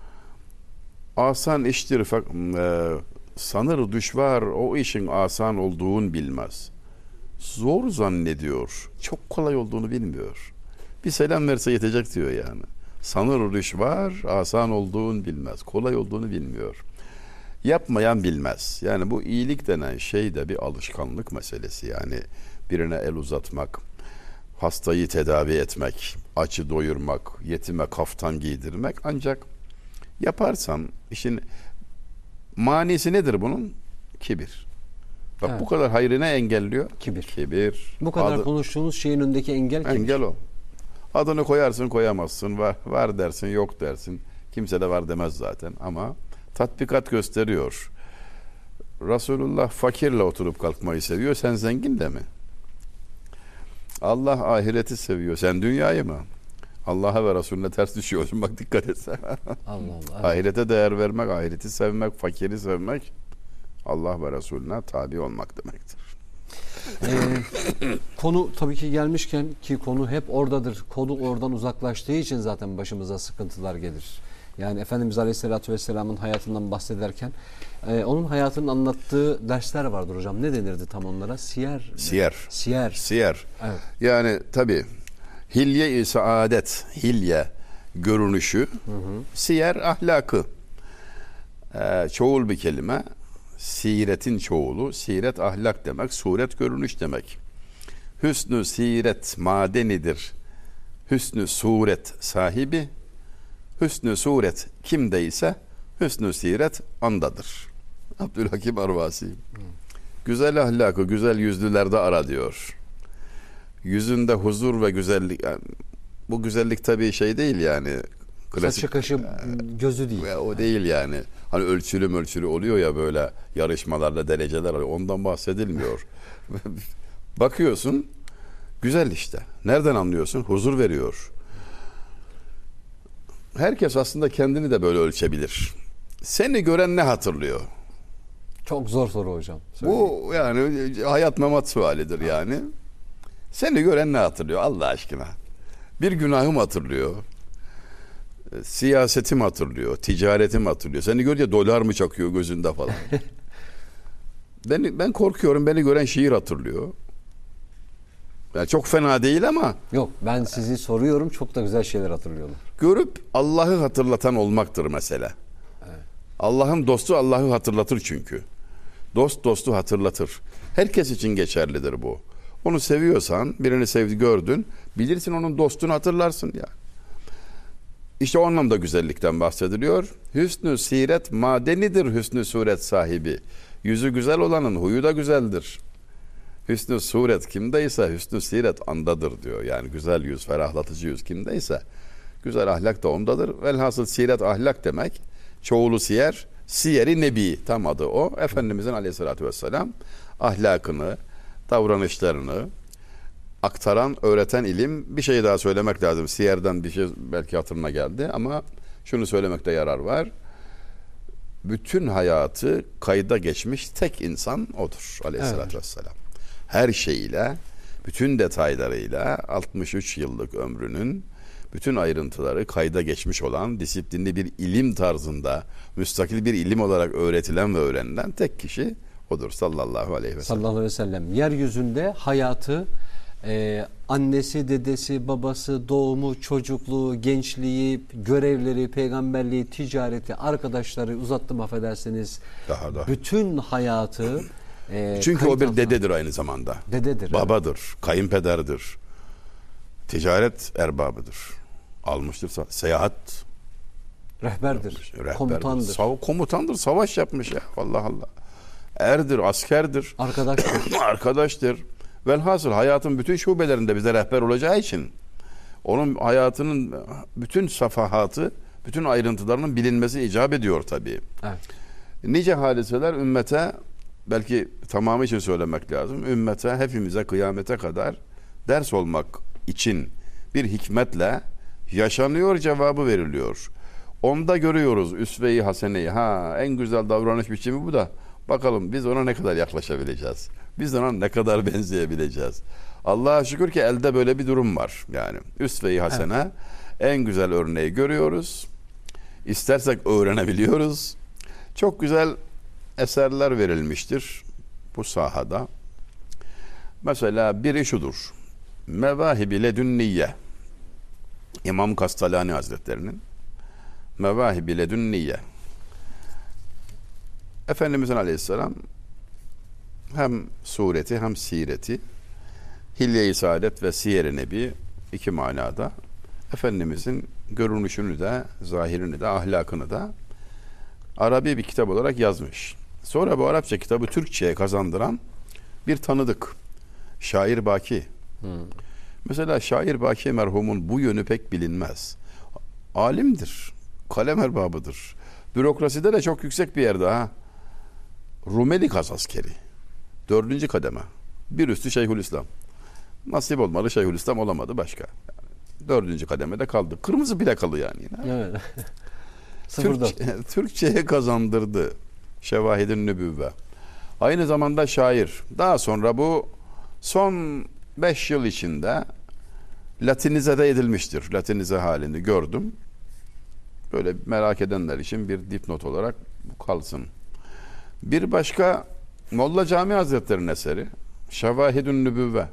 Asan iştir, sanır düşvar o işin asan olduğunu bilmez. Zor zannediyor, çok kolay olduğunu bilmiyor. Bir selam verse yetecek diyor yani. Sanır düşvar asan olduğunu bilmez, kolay olduğunu bilmiyor. Yapmayan bilmez. Yani bu iyilik denen şey de bir alışkanlık meselesi. Yani birine el uzatmak, hastayı tedavi etmek, açı doyurmak, yetime kaftan giydirmek, ancak yaparsan işin manisi nedir bunun? Kibir. Bak Evet. bu kadar hayrına engelliyor. Kibir. Bu kadar konuştuğumuz şeyin önündeki engel kibir. Engel o. Adını koyarsın koyamazsın. Var dersin yok dersin. Kimse de var demez zaten ama tatbikat gösteriyor. Resulullah fakirle oturup kalkmayı seviyor. Sen zengin de mi? Allah ahireti seviyor. Sen dünyayı mı? Allah'a ve Resulüne ters düşüyorsun. Bak dikkat etse. Allah Allah. Ahirete değer vermek, ahireti sevmek, fakiri sevmek, Allah ve Resulüne tabi olmak demektir. Konu tabii ki gelmişken, ki konu hep oradadır. Konu oradan uzaklaştığı için zaten başımıza sıkıntılar gelir. Yani Efendimiz Aleyhisselatü Vesselam'ın hayatından bahsederken onun hayatının anlattığı dersler vardır hocam. Ne denirdi tam onlara? Siyer. Evet. Yani tabii hilye-i saadet, hilye görünüşü, siyer ahlakı. Çoğul bir kelime. Siretin çoğulu. Siret ahlak demek. Suret görünüş demek. Hüsnü siret madenidir. Hüsnü suret sahibi. Hüsnü suret kimdeyse hüsnü siret andadır. Abdülhakim Arvasi. Güzel ahlakı güzel yüzlülerde ara diyor. Yüzünde huzur ve güzellik. Yani bu güzellik tabii şey değil yani. Klasik, saçı kaşı gözü değil. O değil yani. Hani ölçülü oluyor ya böyle yarışmalarda dereceler oluyor. Ondan bahsedilmiyor. Bakıyorsun güzel işte. Nereden anlıyorsun? Huzur veriyor. Herkes aslında kendini de böyle ölçebilir. Seni gören ne hatırlıyor? Çok zor soru hocam. Bu yani hayat memat sualidir yani. Seni gören ne hatırlıyor Allah aşkına? Bir günahım hatırlıyor. Siyasetim hatırlıyor. Ticaretim hatırlıyor. Seni görünce dolar mı çakıyor gözünde falan. Ben korkuyorum, beni gören şiir hatırlıyor. Yani çok fena değil ama. Yok, ben sizi soruyorum, çok da güzel şeyler hatırlıyorum. Görüp Allah'ı hatırlatan olmaktır mesele. Evet. Allah'ın dostu Allah'ı hatırlatır çünkü. Dost dostu hatırlatır. Herkes için geçerlidir bu. Onu seviyorsan, birini gördün, bilirsin onun dostunu hatırlarsın ya. İşte o anlamda güzellikten bahsediliyor. Hüsnü siret madenidir hüsnü suret sahibi. Yüzü güzel olanın huyu da güzeldir. Hüsnü suret kimdeyse hüsnü siret andadır diyor. Yani güzel yüz, ferahlatıcı yüz kimdeyse güzel ahlak da ondadır. Velhasıl siret ahlak demek. Çoğulu siyer, siyeri nebi tam adı o. Efendimizin aleyhissalatü vesselam ahlakını, davranışlarını aktaran, öğreten ilim. Bir şey daha söylemek lazım. Siyerden bir şey belki hatırına geldi ama şunu söylemekte yarar var. Bütün hayatı kayda geçmiş tek insan odur aleyhissalatü vesselam. Her şeyiyle, bütün detaylarıyla 63 yıllık ömrünün bütün ayrıntıları kayda geçmiş olan, disiplinli bir ilim tarzında, müstakil bir ilim olarak öğretilen ve öğrenilen tek kişi odur sallallahu aleyhi ve sellem. Sallallahu aleyhi ve sellem. Yeryüzünde hayatı annesi, dedesi, babası, doğumu, çocukluğu, gençliği, görevleri, peygamberliği, ticareti, arkadaşları uzattım affedersiniz. Daha. Bütün hayatı çünkü o bir dededir aynı zamanda. Dededir. Babadır, kayınpederdir. Ticaret erbabıdır. Almıştır, seyahat Rehberdir. Komutandır. Komutandır, savaş yapmış ya. Allah Allah. Erdir, askerdir. Arkadaştır. Arkadaştır. Velhasıl hayatın bütün şubelerinde bize rehber olacağı için onun hayatının bütün safahatı, bütün ayrıntılarının bilinmesi icap ediyor tabii. Evet. Nice hadiseler ümmete, belki tamamı için söylemek lazım, ümmete, hepimize kıyamete kadar ders olmak için bir hikmetle yaşanıyor, cevabı veriliyor. Onda görüyoruz üsve-i haseneyi. En güzel davranış biçimi bu da. Bakalım biz ona ne kadar yaklaşabileceğiz? Biz ona ne kadar benzeyebileceğiz? Allah'a şükür ki elde böyle bir durum var. Yani üsve-i hasene, en güzel örneği görüyoruz. İstersek öğrenebiliyoruz. Çok güzel eserler verilmiştir bu sahada. Mesela biri şudur. Mevahib-i Ledünniye. İmam Kastalani Hazretleri'nin Mevahib-i Ledünniye. Efendimizin Aleyhisselam hem sureti hem sireti, Hilye-i Saadet ve Siyer-i Nebi iki manada Efendimizin görünüşünü de, zahirini de, ahlakını da Arabi bir kitap olarak yazmış. Sonra bu Arapça kitabı Türkçe'ye kazandıran bir tanıdık. Şair Baki. Mesela Şair Baki merhumun bu yönü pek bilinmez. Alimdir, kalem erbabıdır. Bürokraside de çok yüksek bir yerde ha. Rumeli Kazaskeri. 4. kademe. Bir üstü Şeyhülislam. Nasip olmadı, Şeyhülislam olamadı başka. Yani 4. kademede kaldı. Kırmızı plakalı yani. Evet. Türkçe'ye kazandırdı. Şevahid-i Nübüvve. Aynı zamanda şair. Daha sonra bu son 5 yıl içinde Latinize de edilmiştir. Latinize halini gördüm. Böyle merak edenler için bir dipnot olarak kalsın. Bir başka Molla Cami Hazretleri'nin eseri Şevahid-i Nübüvve.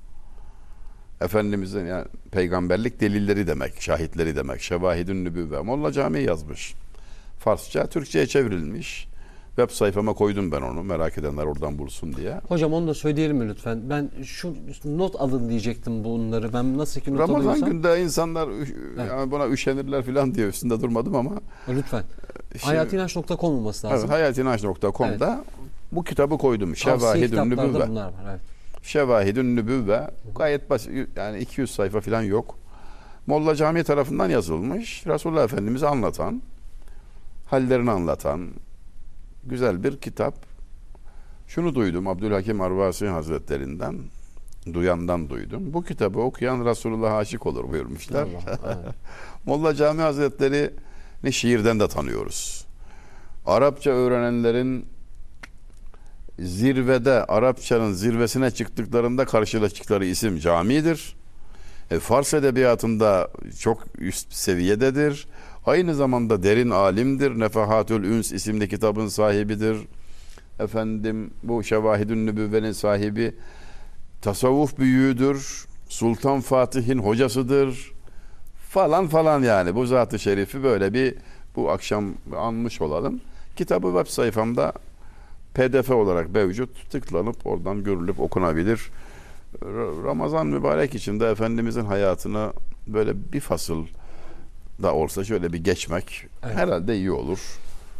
Efendimizin yani peygamberlik delilleri demek, şahitleri demek. Şevahid-i Nübüvve. Molla Cami yazmış. Farsça, Türkçe'ye çevrilmiş. Web sayfama koydum ben onu. Merak edenler oradan bulsun diye. Hocam onu da söyleyelim mi lütfen? Ben şu not alın diyecektim bunları. Ben nasıl ki not Ramazan alıyorsam. günde insanlar yani buna üşenirler falan diye üstünde durmadım ama. Lütfen. Hayatinanç.com olması lazım. Evet, hayatinanç.com'da bu kitabı koydum. Şevahid-i Nübüvve. Bunlar var. Evet. Şevahid-i Nübüvve. Gayet basit. Yani 200 sayfa falan yok. Molla Cami tarafından yazılmış. Resulullah Efendimiz'i anlatan, hallerini anlatan güzel bir kitap. Şunu duydum Abdülhakim Arvasi Hazretlerinden, duyandan duydum. Bu kitabı okuyan Resulullah'a aşık olur buyurmuşlar. Allah, evet. Molla Cami Hazretleri'ni şiirden de tanıyoruz. Arapça öğrenenlerin zirvede, Arapçanın zirvesine çıktıklarında karşılaştıkları isim camidir. Fars edebiyatında çok üst seviyededir. Aynı zamanda derin alimdir. Nefahatül Üns isimli kitabın sahibidir. Efendim bu Şevahid-i Nübüvve'nin sahibi tasavvuf büyüğüdür. Sultan Fatih'in hocasıdır. Falan falan yani. Bu zat-ı şerifi böyle bir bu akşam anmış olalım. Kitabı web sayfamda PDF olarak mevcut. Tıklanıp oradan görülüp okunabilir. Ramazan mübarek içinde Efendimizin hayatına böyle bir fasıl da olsa şöyle bir geçmek herhalde iyi olur.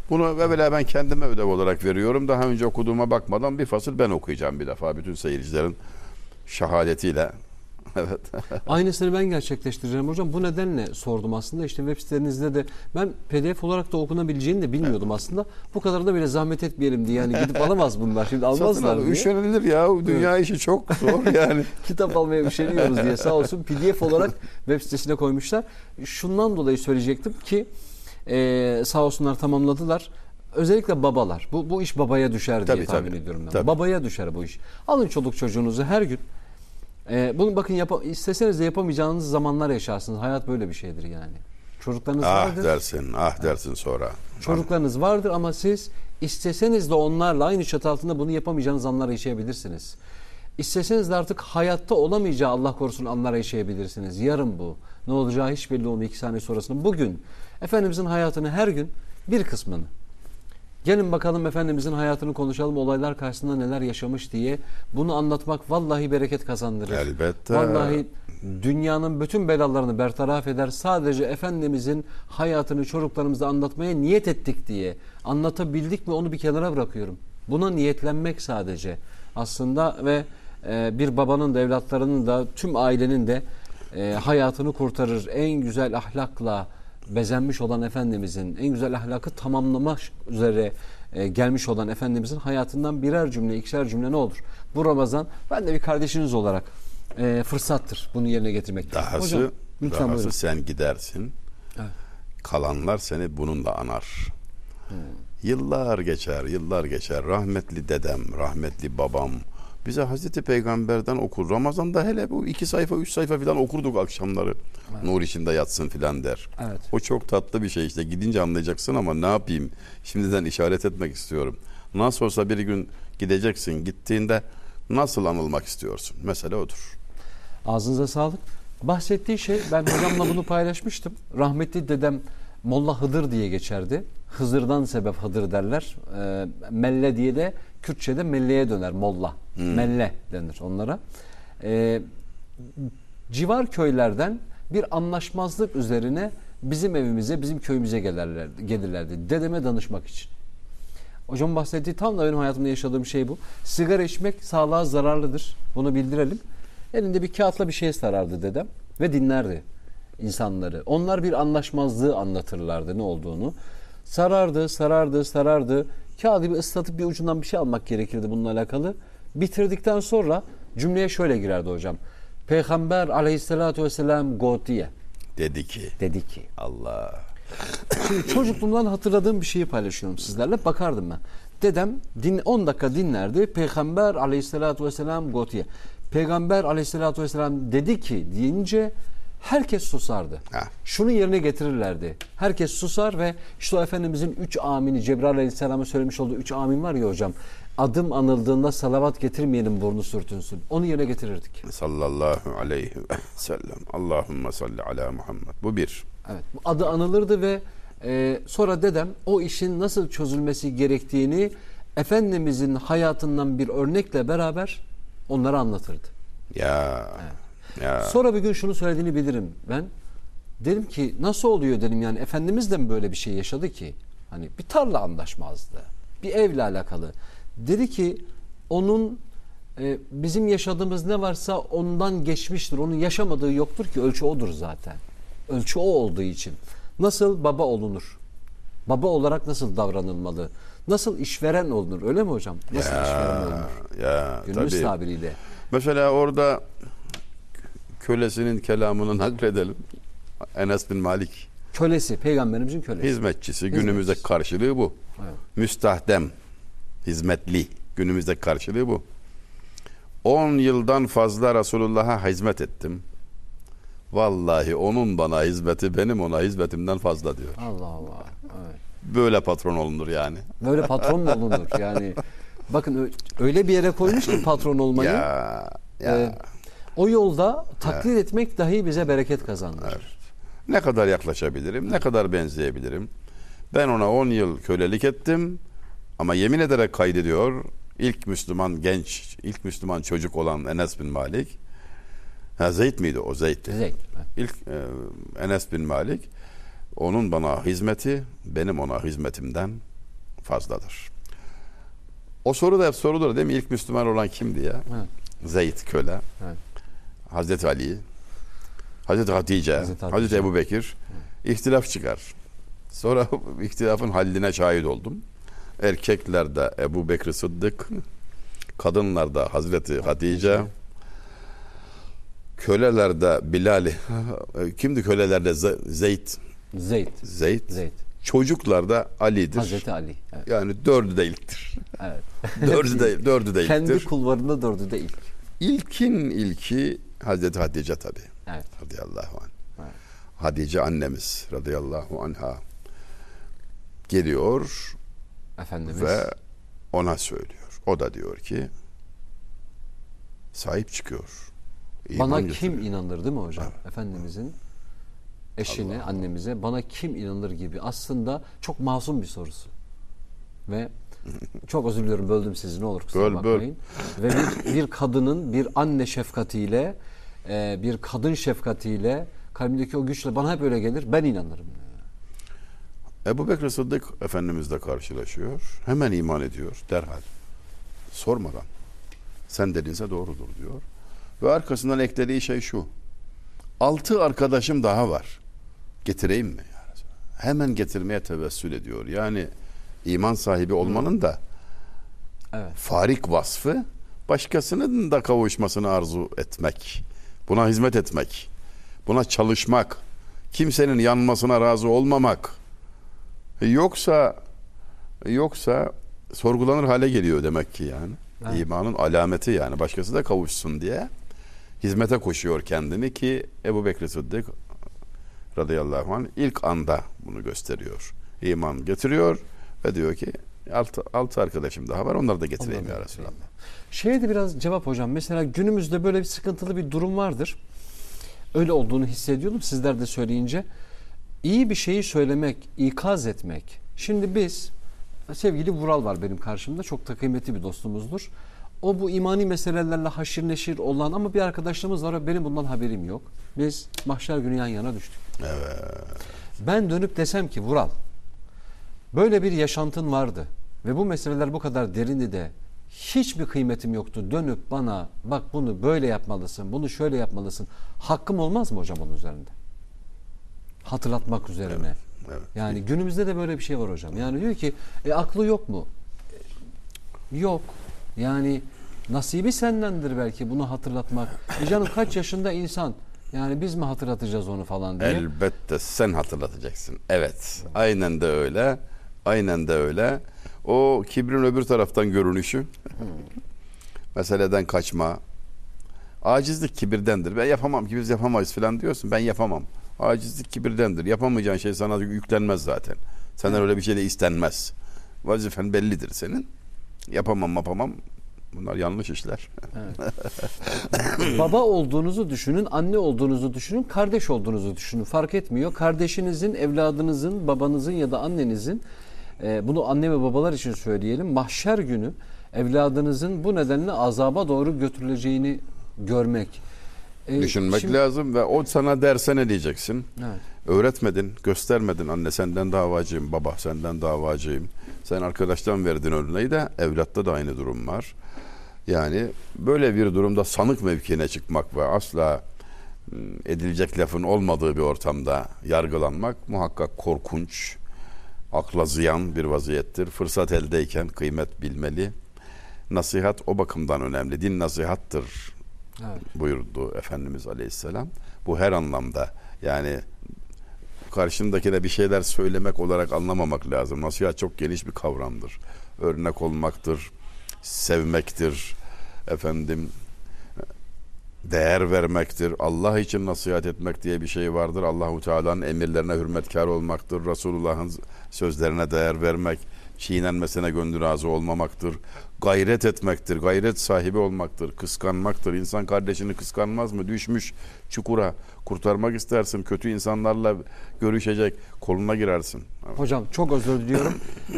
Bunu evvela ben kendime ödev olarak veriyorum. Daha önce okuduğuma bakmadan bir fasıl ben okuyacağım bir defa. Bütün seyircilerin şehadetiyle. Evet. Aynısını ben gerçekleştireceğim hocam. Bu nedenle sordum aslında. İşte web sitenizde de ben PDF olarak da okunabileceğini de bilmiyordum aslında. Bu kadar da böyle zahmet etmeyelim diye. Yani gidip alamaz bunlar. Şimdi almazlar diye. Üşenilir ya. Dünya işi çok zor yani. Kitap almaya üşeniyoruz diye sağ olsun PDF olarak web sitesine koymuşlar. Şundan dolayı söyleyecektim ki sağ olsunlar tamamladılar. Özellikle babalar. Bu iş babaya düşer diye tahmin ediyorum ben. Tabii. Babaya düşer bu iş. Alın çoluk çocuğunuzu her gün. Bunu bakın isteseniz de yapamayacağınız zamanlar yaşarsınız. Hayat böyle bir şeydir yani. Çocuklarınız vardır. Ah dersin sonra. Çocuklarınız vardır ama siz isteseniz de onlarla aynı çatı altında bunu yapamayacağınız anlar yaşayabilirsiniz. İsteseniz de artık hayatta olamayacağı Allah korusun anlar yaşayabilirsiniz. Yarın bu. Ne olacağı hiç belli olmuyor 2 saniye sonrasında. Bugün Efendimizin hayatını her gün bir kısmını. Gelin bakalım Efendimizin hayatını konuşalım. Olaylar karşısında neler yaşamış diye. Bunu anlatmak vallahi bereket kazandırır. Elbette. Vallahi dünyanın bütün belalarını bertaraf eder. Sadece Efendimizin hayatını çocuklarımıza anlatmaya niyet ettik diye. Anlatabildik mi onu bir kenara bırakıyorum. Buna niyetlenmek sadece aslında ve bir babanın da evlatlarının da tüm ailenin de hayatını kurtarır. En güzel ahlakla bezenmiş olan Efendimizin, en güzel ahlakı tamamlamak üzere gelmiş olan Efendimizin hayatından birer cümle, ikişer cümle ne olur? Bu Ramazan ben de bir kardeşiniz olarak fırsattır bunu yerine getirmek. Dahası buyurun. sen gidersin. Evet. Kalanlar seni bununla anar. Yıllar geçer. Rahmetli dedem, rahmetli babam bize Hazreti Peygamber'den okur. Ramazan'da hele bu 2 sayfa 3 sayfa falan okurduk akşamları. Evet. Nur içinde yatsın filan der. Evet. O çok tatlı bir şey işte. Gidince anlayacaksın ama ne yapayım? Şimdiden işaret etmek istiyorum. Nasıl olsa bir gün gideceksin. Gittiğinde nasıl anılmak istiyorsun? Mesele odur. Ağzınıza sağlık. Bahsettiği şey ben hocamla bunu paylaşmıştım. Rahmetli dedem Molla Hıdır diye geçerdi. Hızır'dan sebep Hıdır derler. Melle diye de Kürtçe'de melleye döner molla. Melle denir onlara. Civar köylerden bir anlaşmazlık üzerine bizim evimize, bizim köyümüze gelirlerdi. Dedeme danışmak için. Hocam bahsettiği tam da benim hayatımda yaşadığım şey bu. Sigara içmek sağlığa zararlıdır. Bunu bildirelim. Elinde bir kağıtla bir şey sarardı dedem ve dinlerdi insanları. Onlar bir anlaşmazlığı anlatırlardı ne olduğunu. Sarardı. Kağıdı bir ıslatıp bir ucundan bir şey almak gerekirdi bununla alakalı. Bitirdikten sonra cümleye şöyle girerdi hocam. Peygamber aleyhissalatü vesselam gotiye. Dedi ki. Allah. Şimdi çocukluğumdan hatırladığım bir şeyi paylaşıyorum sizlerle. Bakardım ben. Dedem 10 dakika dinlerdi. Peygamber aleyhissalatü vesselam gotiye. Peygamber aleyhissalatü vesselam dedi ki deyince herkes susardı. Şunu yerine getirirlerdi. Herkes susar ve işte o Efendimizin 3 amini Cebrail aleyhisselama söylemiş olduğu 3 amin var ya hocam. Adım anıldığında salavat getirmeyenin burnu sürtünsün. Onu yerine getirirdik. Sallallahu aleyhi ve sellem. Allahümme salli ala Muhammed. Bu bir. Evet. Bu adı anılırdı ve sonra dedem o işin nasıl çözülmesi gerektiğini Efendimizin hayatından bir örnekle beraber onlara anlatırdı. Ya. Sonra bir gün şunu söylediğini bilirim ben. Dedim ki nasıl oluyor dedim yani Efendimiz de mi böyle bir şey yaşadı ki? Hani bir tarla anlaşmazdı. Bir evle alakalı. Dedi ki onun bizim yaşadığımız ne varsa ondan geçmiştir. Onun yaşamadığı yoktur ki ölçü odur zaten. Ölçü o olduğu için. Nasıl baba olunur? Baba olarak nasıl davranılmalı? Nasıl işveren olunur? Öyle mi hocam? Nasıl işveren olunur? Günümüz tabiriyle. Mesela orada kölesinin kelamını nakledelim. Enes bin Malik. Kölesi, peygamberimizin kölesi. Hizmetçisi. Günümüzde karşılığı bu. Evet. Müstahdem, hizmetli. Günümüzde karşılığı bu. 10 yıldan fazla Resulullah'a hizmet ettim. Vallahi onun bana hizmeti benim ona hizmetimden fazla diyor. Allah Allah. Evet. Böyle patron olunur yani. Böyle patron mu olunur? Yani bakın öyle bir yere koymuş ki patron olmayı. O yolda taklit etmek dahi bize bereket kazandırır. Evet. Ne kadar yaklaşabilirim, ne kadar benzeyebilirim. Ben ona 10 yıl kölelik ettim ama yemin ederek kaydediyor. İlk Müslüman genç, ilk Müslüman çocuk olan Enes bin Malik. Zeyd miydi o? Zeyd'ti. Zeyd. İlk Enes bin Malik. Onun bana hizmeti benim ona hizmetimden fazladır. O soru da hep sorulur değil mi? İlk Müslüman olan kimdi ya? Evet. Zeyd köle. Evet. Hazreti Ali, Hazreti Hatice, Hazreti Ebu Bekir. İhtilaf çıkar. Sonra ihtilafın halline şahit oldum. Erkeklerde Ebu Bekir Sıddık, kadınlarda Hazreti Hatice, kölelerde Bilal, kimdi kölelerde? Zeyd. Zeyd. Çocuklarda Ali'dir. Hazreti Ali. Evet. Yani dördü de ilktir. Evet. Dördü de ilktir. Kendi kulvarında dördü de ilk. İlkin ilki Hazreti Hatice tabii. Evet. Radıyallahu anh. Evet. Hatice annemiz radıyallahu anha geliyor Efendimiz. ve ona söylüyor. O da diyor ki sahip çıkıyor. Bana İman kim getiriyor. inanır değil mi hocam? Evet. Efendimizin eşine, annemize bana kim inanır gibi aslında çok masum bir sorusu. Ve çok özür diliyorum, böldüm sizi, ne olur kusura bakmayın. Ve bir kadının bir anne şefkatiyle, bir kadın şefkatiyle, kalbindeki o güçle bana hep öyle gelir, ben inanırım. Ebu Bekir Sıddık Efendimizle karşılaşıyor. Hemen iman ediyor derhal. Sormadan. Sen dedinse doğrudur diyor. Ve arkasından eklediği şey şu. 6 arkadaşım daha var. Getireyim mi? Hemen getirmeye tevessül ediyor. Yani iman sahibi olmanın da farik vasfı başkasının da kavuşmasını arzu etmek. Buna hizmet etmek. Buna çalışmak. Kimsenin yanmasına razı olmamak. Yoksa sorgulanır hale geliyor demek ki yani. Evet. İmanın alameti yani. Başkası da kavuşsun diye hizmete koşuyor kendini ki Ebu Bekir Sıddık radıyallahu anh ilk anda bunu gösteriyor. İman getiriyor ve diyor ki altı arkadaşım daha var, onları da getireyim ya Resulallah. Şeye de biraz cevap hocam. Mesela günümüzde böyle bir sıkıntılı bir durum vardır. Öyle olduğunu hissediyordum sizler de söyleyince. İyi bir şeyi söylemek, ikaz etmek. Şimdi biz, sevgili Vural var benim karşımda, çok da kıymetli bir dostumuzdur. O bu imani meselelerle haşir neşir olan ama bir arkadaşlığımız var, benim bundan haberim yok. Biz mahşer günü yan yana düştük. Evet. Ben dönüp desem ki Vural, böyle bir yaşantın vardı ve bu meseleler bu kadar derindi de hiçbir kıymetim yoktu. Dönüp bana bak bunu böyle yapmalısın, bunu şöyle yapmalısın. Hakkım olmaz mı hocam onun üzerinde? Hatırlatmak üzerine. Evet, evet. Yani günümüzde de böyle bir şey var hocam. Yani diyor ki aklı yok mu? Yok. Yani nasibi sendendir belki bunu hatırlatmak. Canım kaç yaşında insan? Yani biz mi hatırlatacağız onu falan diye. Elbette sen hatırlatacaksın. Evet. Aynen de öyle. Aynen de öyle. O kibrin öbür taraftan görünüşü. Meseleden kaçma. Acizlik kibirdendir. Ben yapamam ki, biz yapamayız falan diyorsun. Ben yapamam. Acizlik kibirdendir. Yapamayacağın şey sana yüklenmez zaten. Senden öyle bir şey de istenmez. Vazifen bellidir senin. Yapamam. Bunlar yanlış işler. Evet. Baba olduğunuzu düşünün, anne olduğunuzu düşünün, kardeş olduğunuzu düşünün. Fark etmiyor. Kardeşinizin, evladınızın, babanızın ya da annenizin, bunu anne ve babalar için söyleyelim, mahşer günü evladınızın bu nedenle azaba doğru götürüleceğini görmek. Düşünmek lazım ve o sana derse ne diyeceksin? Evet. Öğretmedin, göstermedin. Anne senden davacıyım, baba senden davacıyım. Sen arkadaştan verdin örneği de evlatta da aynı durum var. Yani böyle bir durumda sanık mevkiine çıkmak ve asla edilecek lafın olmadığı bir ortamda yargılanmak muhakkak korkunç, akla ziyan bir vaziyettir. Fırsat eldeyken kıymet bilmeli. Nasihat o bakımdan önemli. Din nasihattır. Evet. Buyurdu Efendimiz Aleyhisselam. Bu her anlamda, yani karşındakine bir şeyler söylemek olarak anlamamak lazım. Nasihat çok geniş bir kavramdır. Örnek olmaktır, sevmektir, değer vermektir. Allah için nasihat etmek diye bir şey vardır. Allahu Teala'nın emirlerine hürmetkar olmaktır. Resulullah'ın sözlerine değer vermek, çiğnenmesine gönlü razı olmamaktır. Gayret etmektir, gayret sahibi olmaktır, kıskanmaktır. İnsan kardeşini kıskanmaz mı? Düşmüş çukura, kurtarmak istersin. Kötü insanlarla görüşecek, koluna girersin. Evet. Hocam çok özür diliyorum.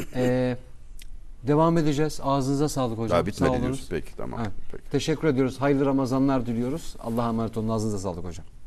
Devam edeceğiz. Ağzınıza sağlık hocam. Daha bitmedi diyorsun. Peki tamam. Evet. Peki. Teşekkür ediyoruz. Hayırlı Ramazanlar diliyoruz. Allah'a emanet olun. Ağzınıza sağlık hocam.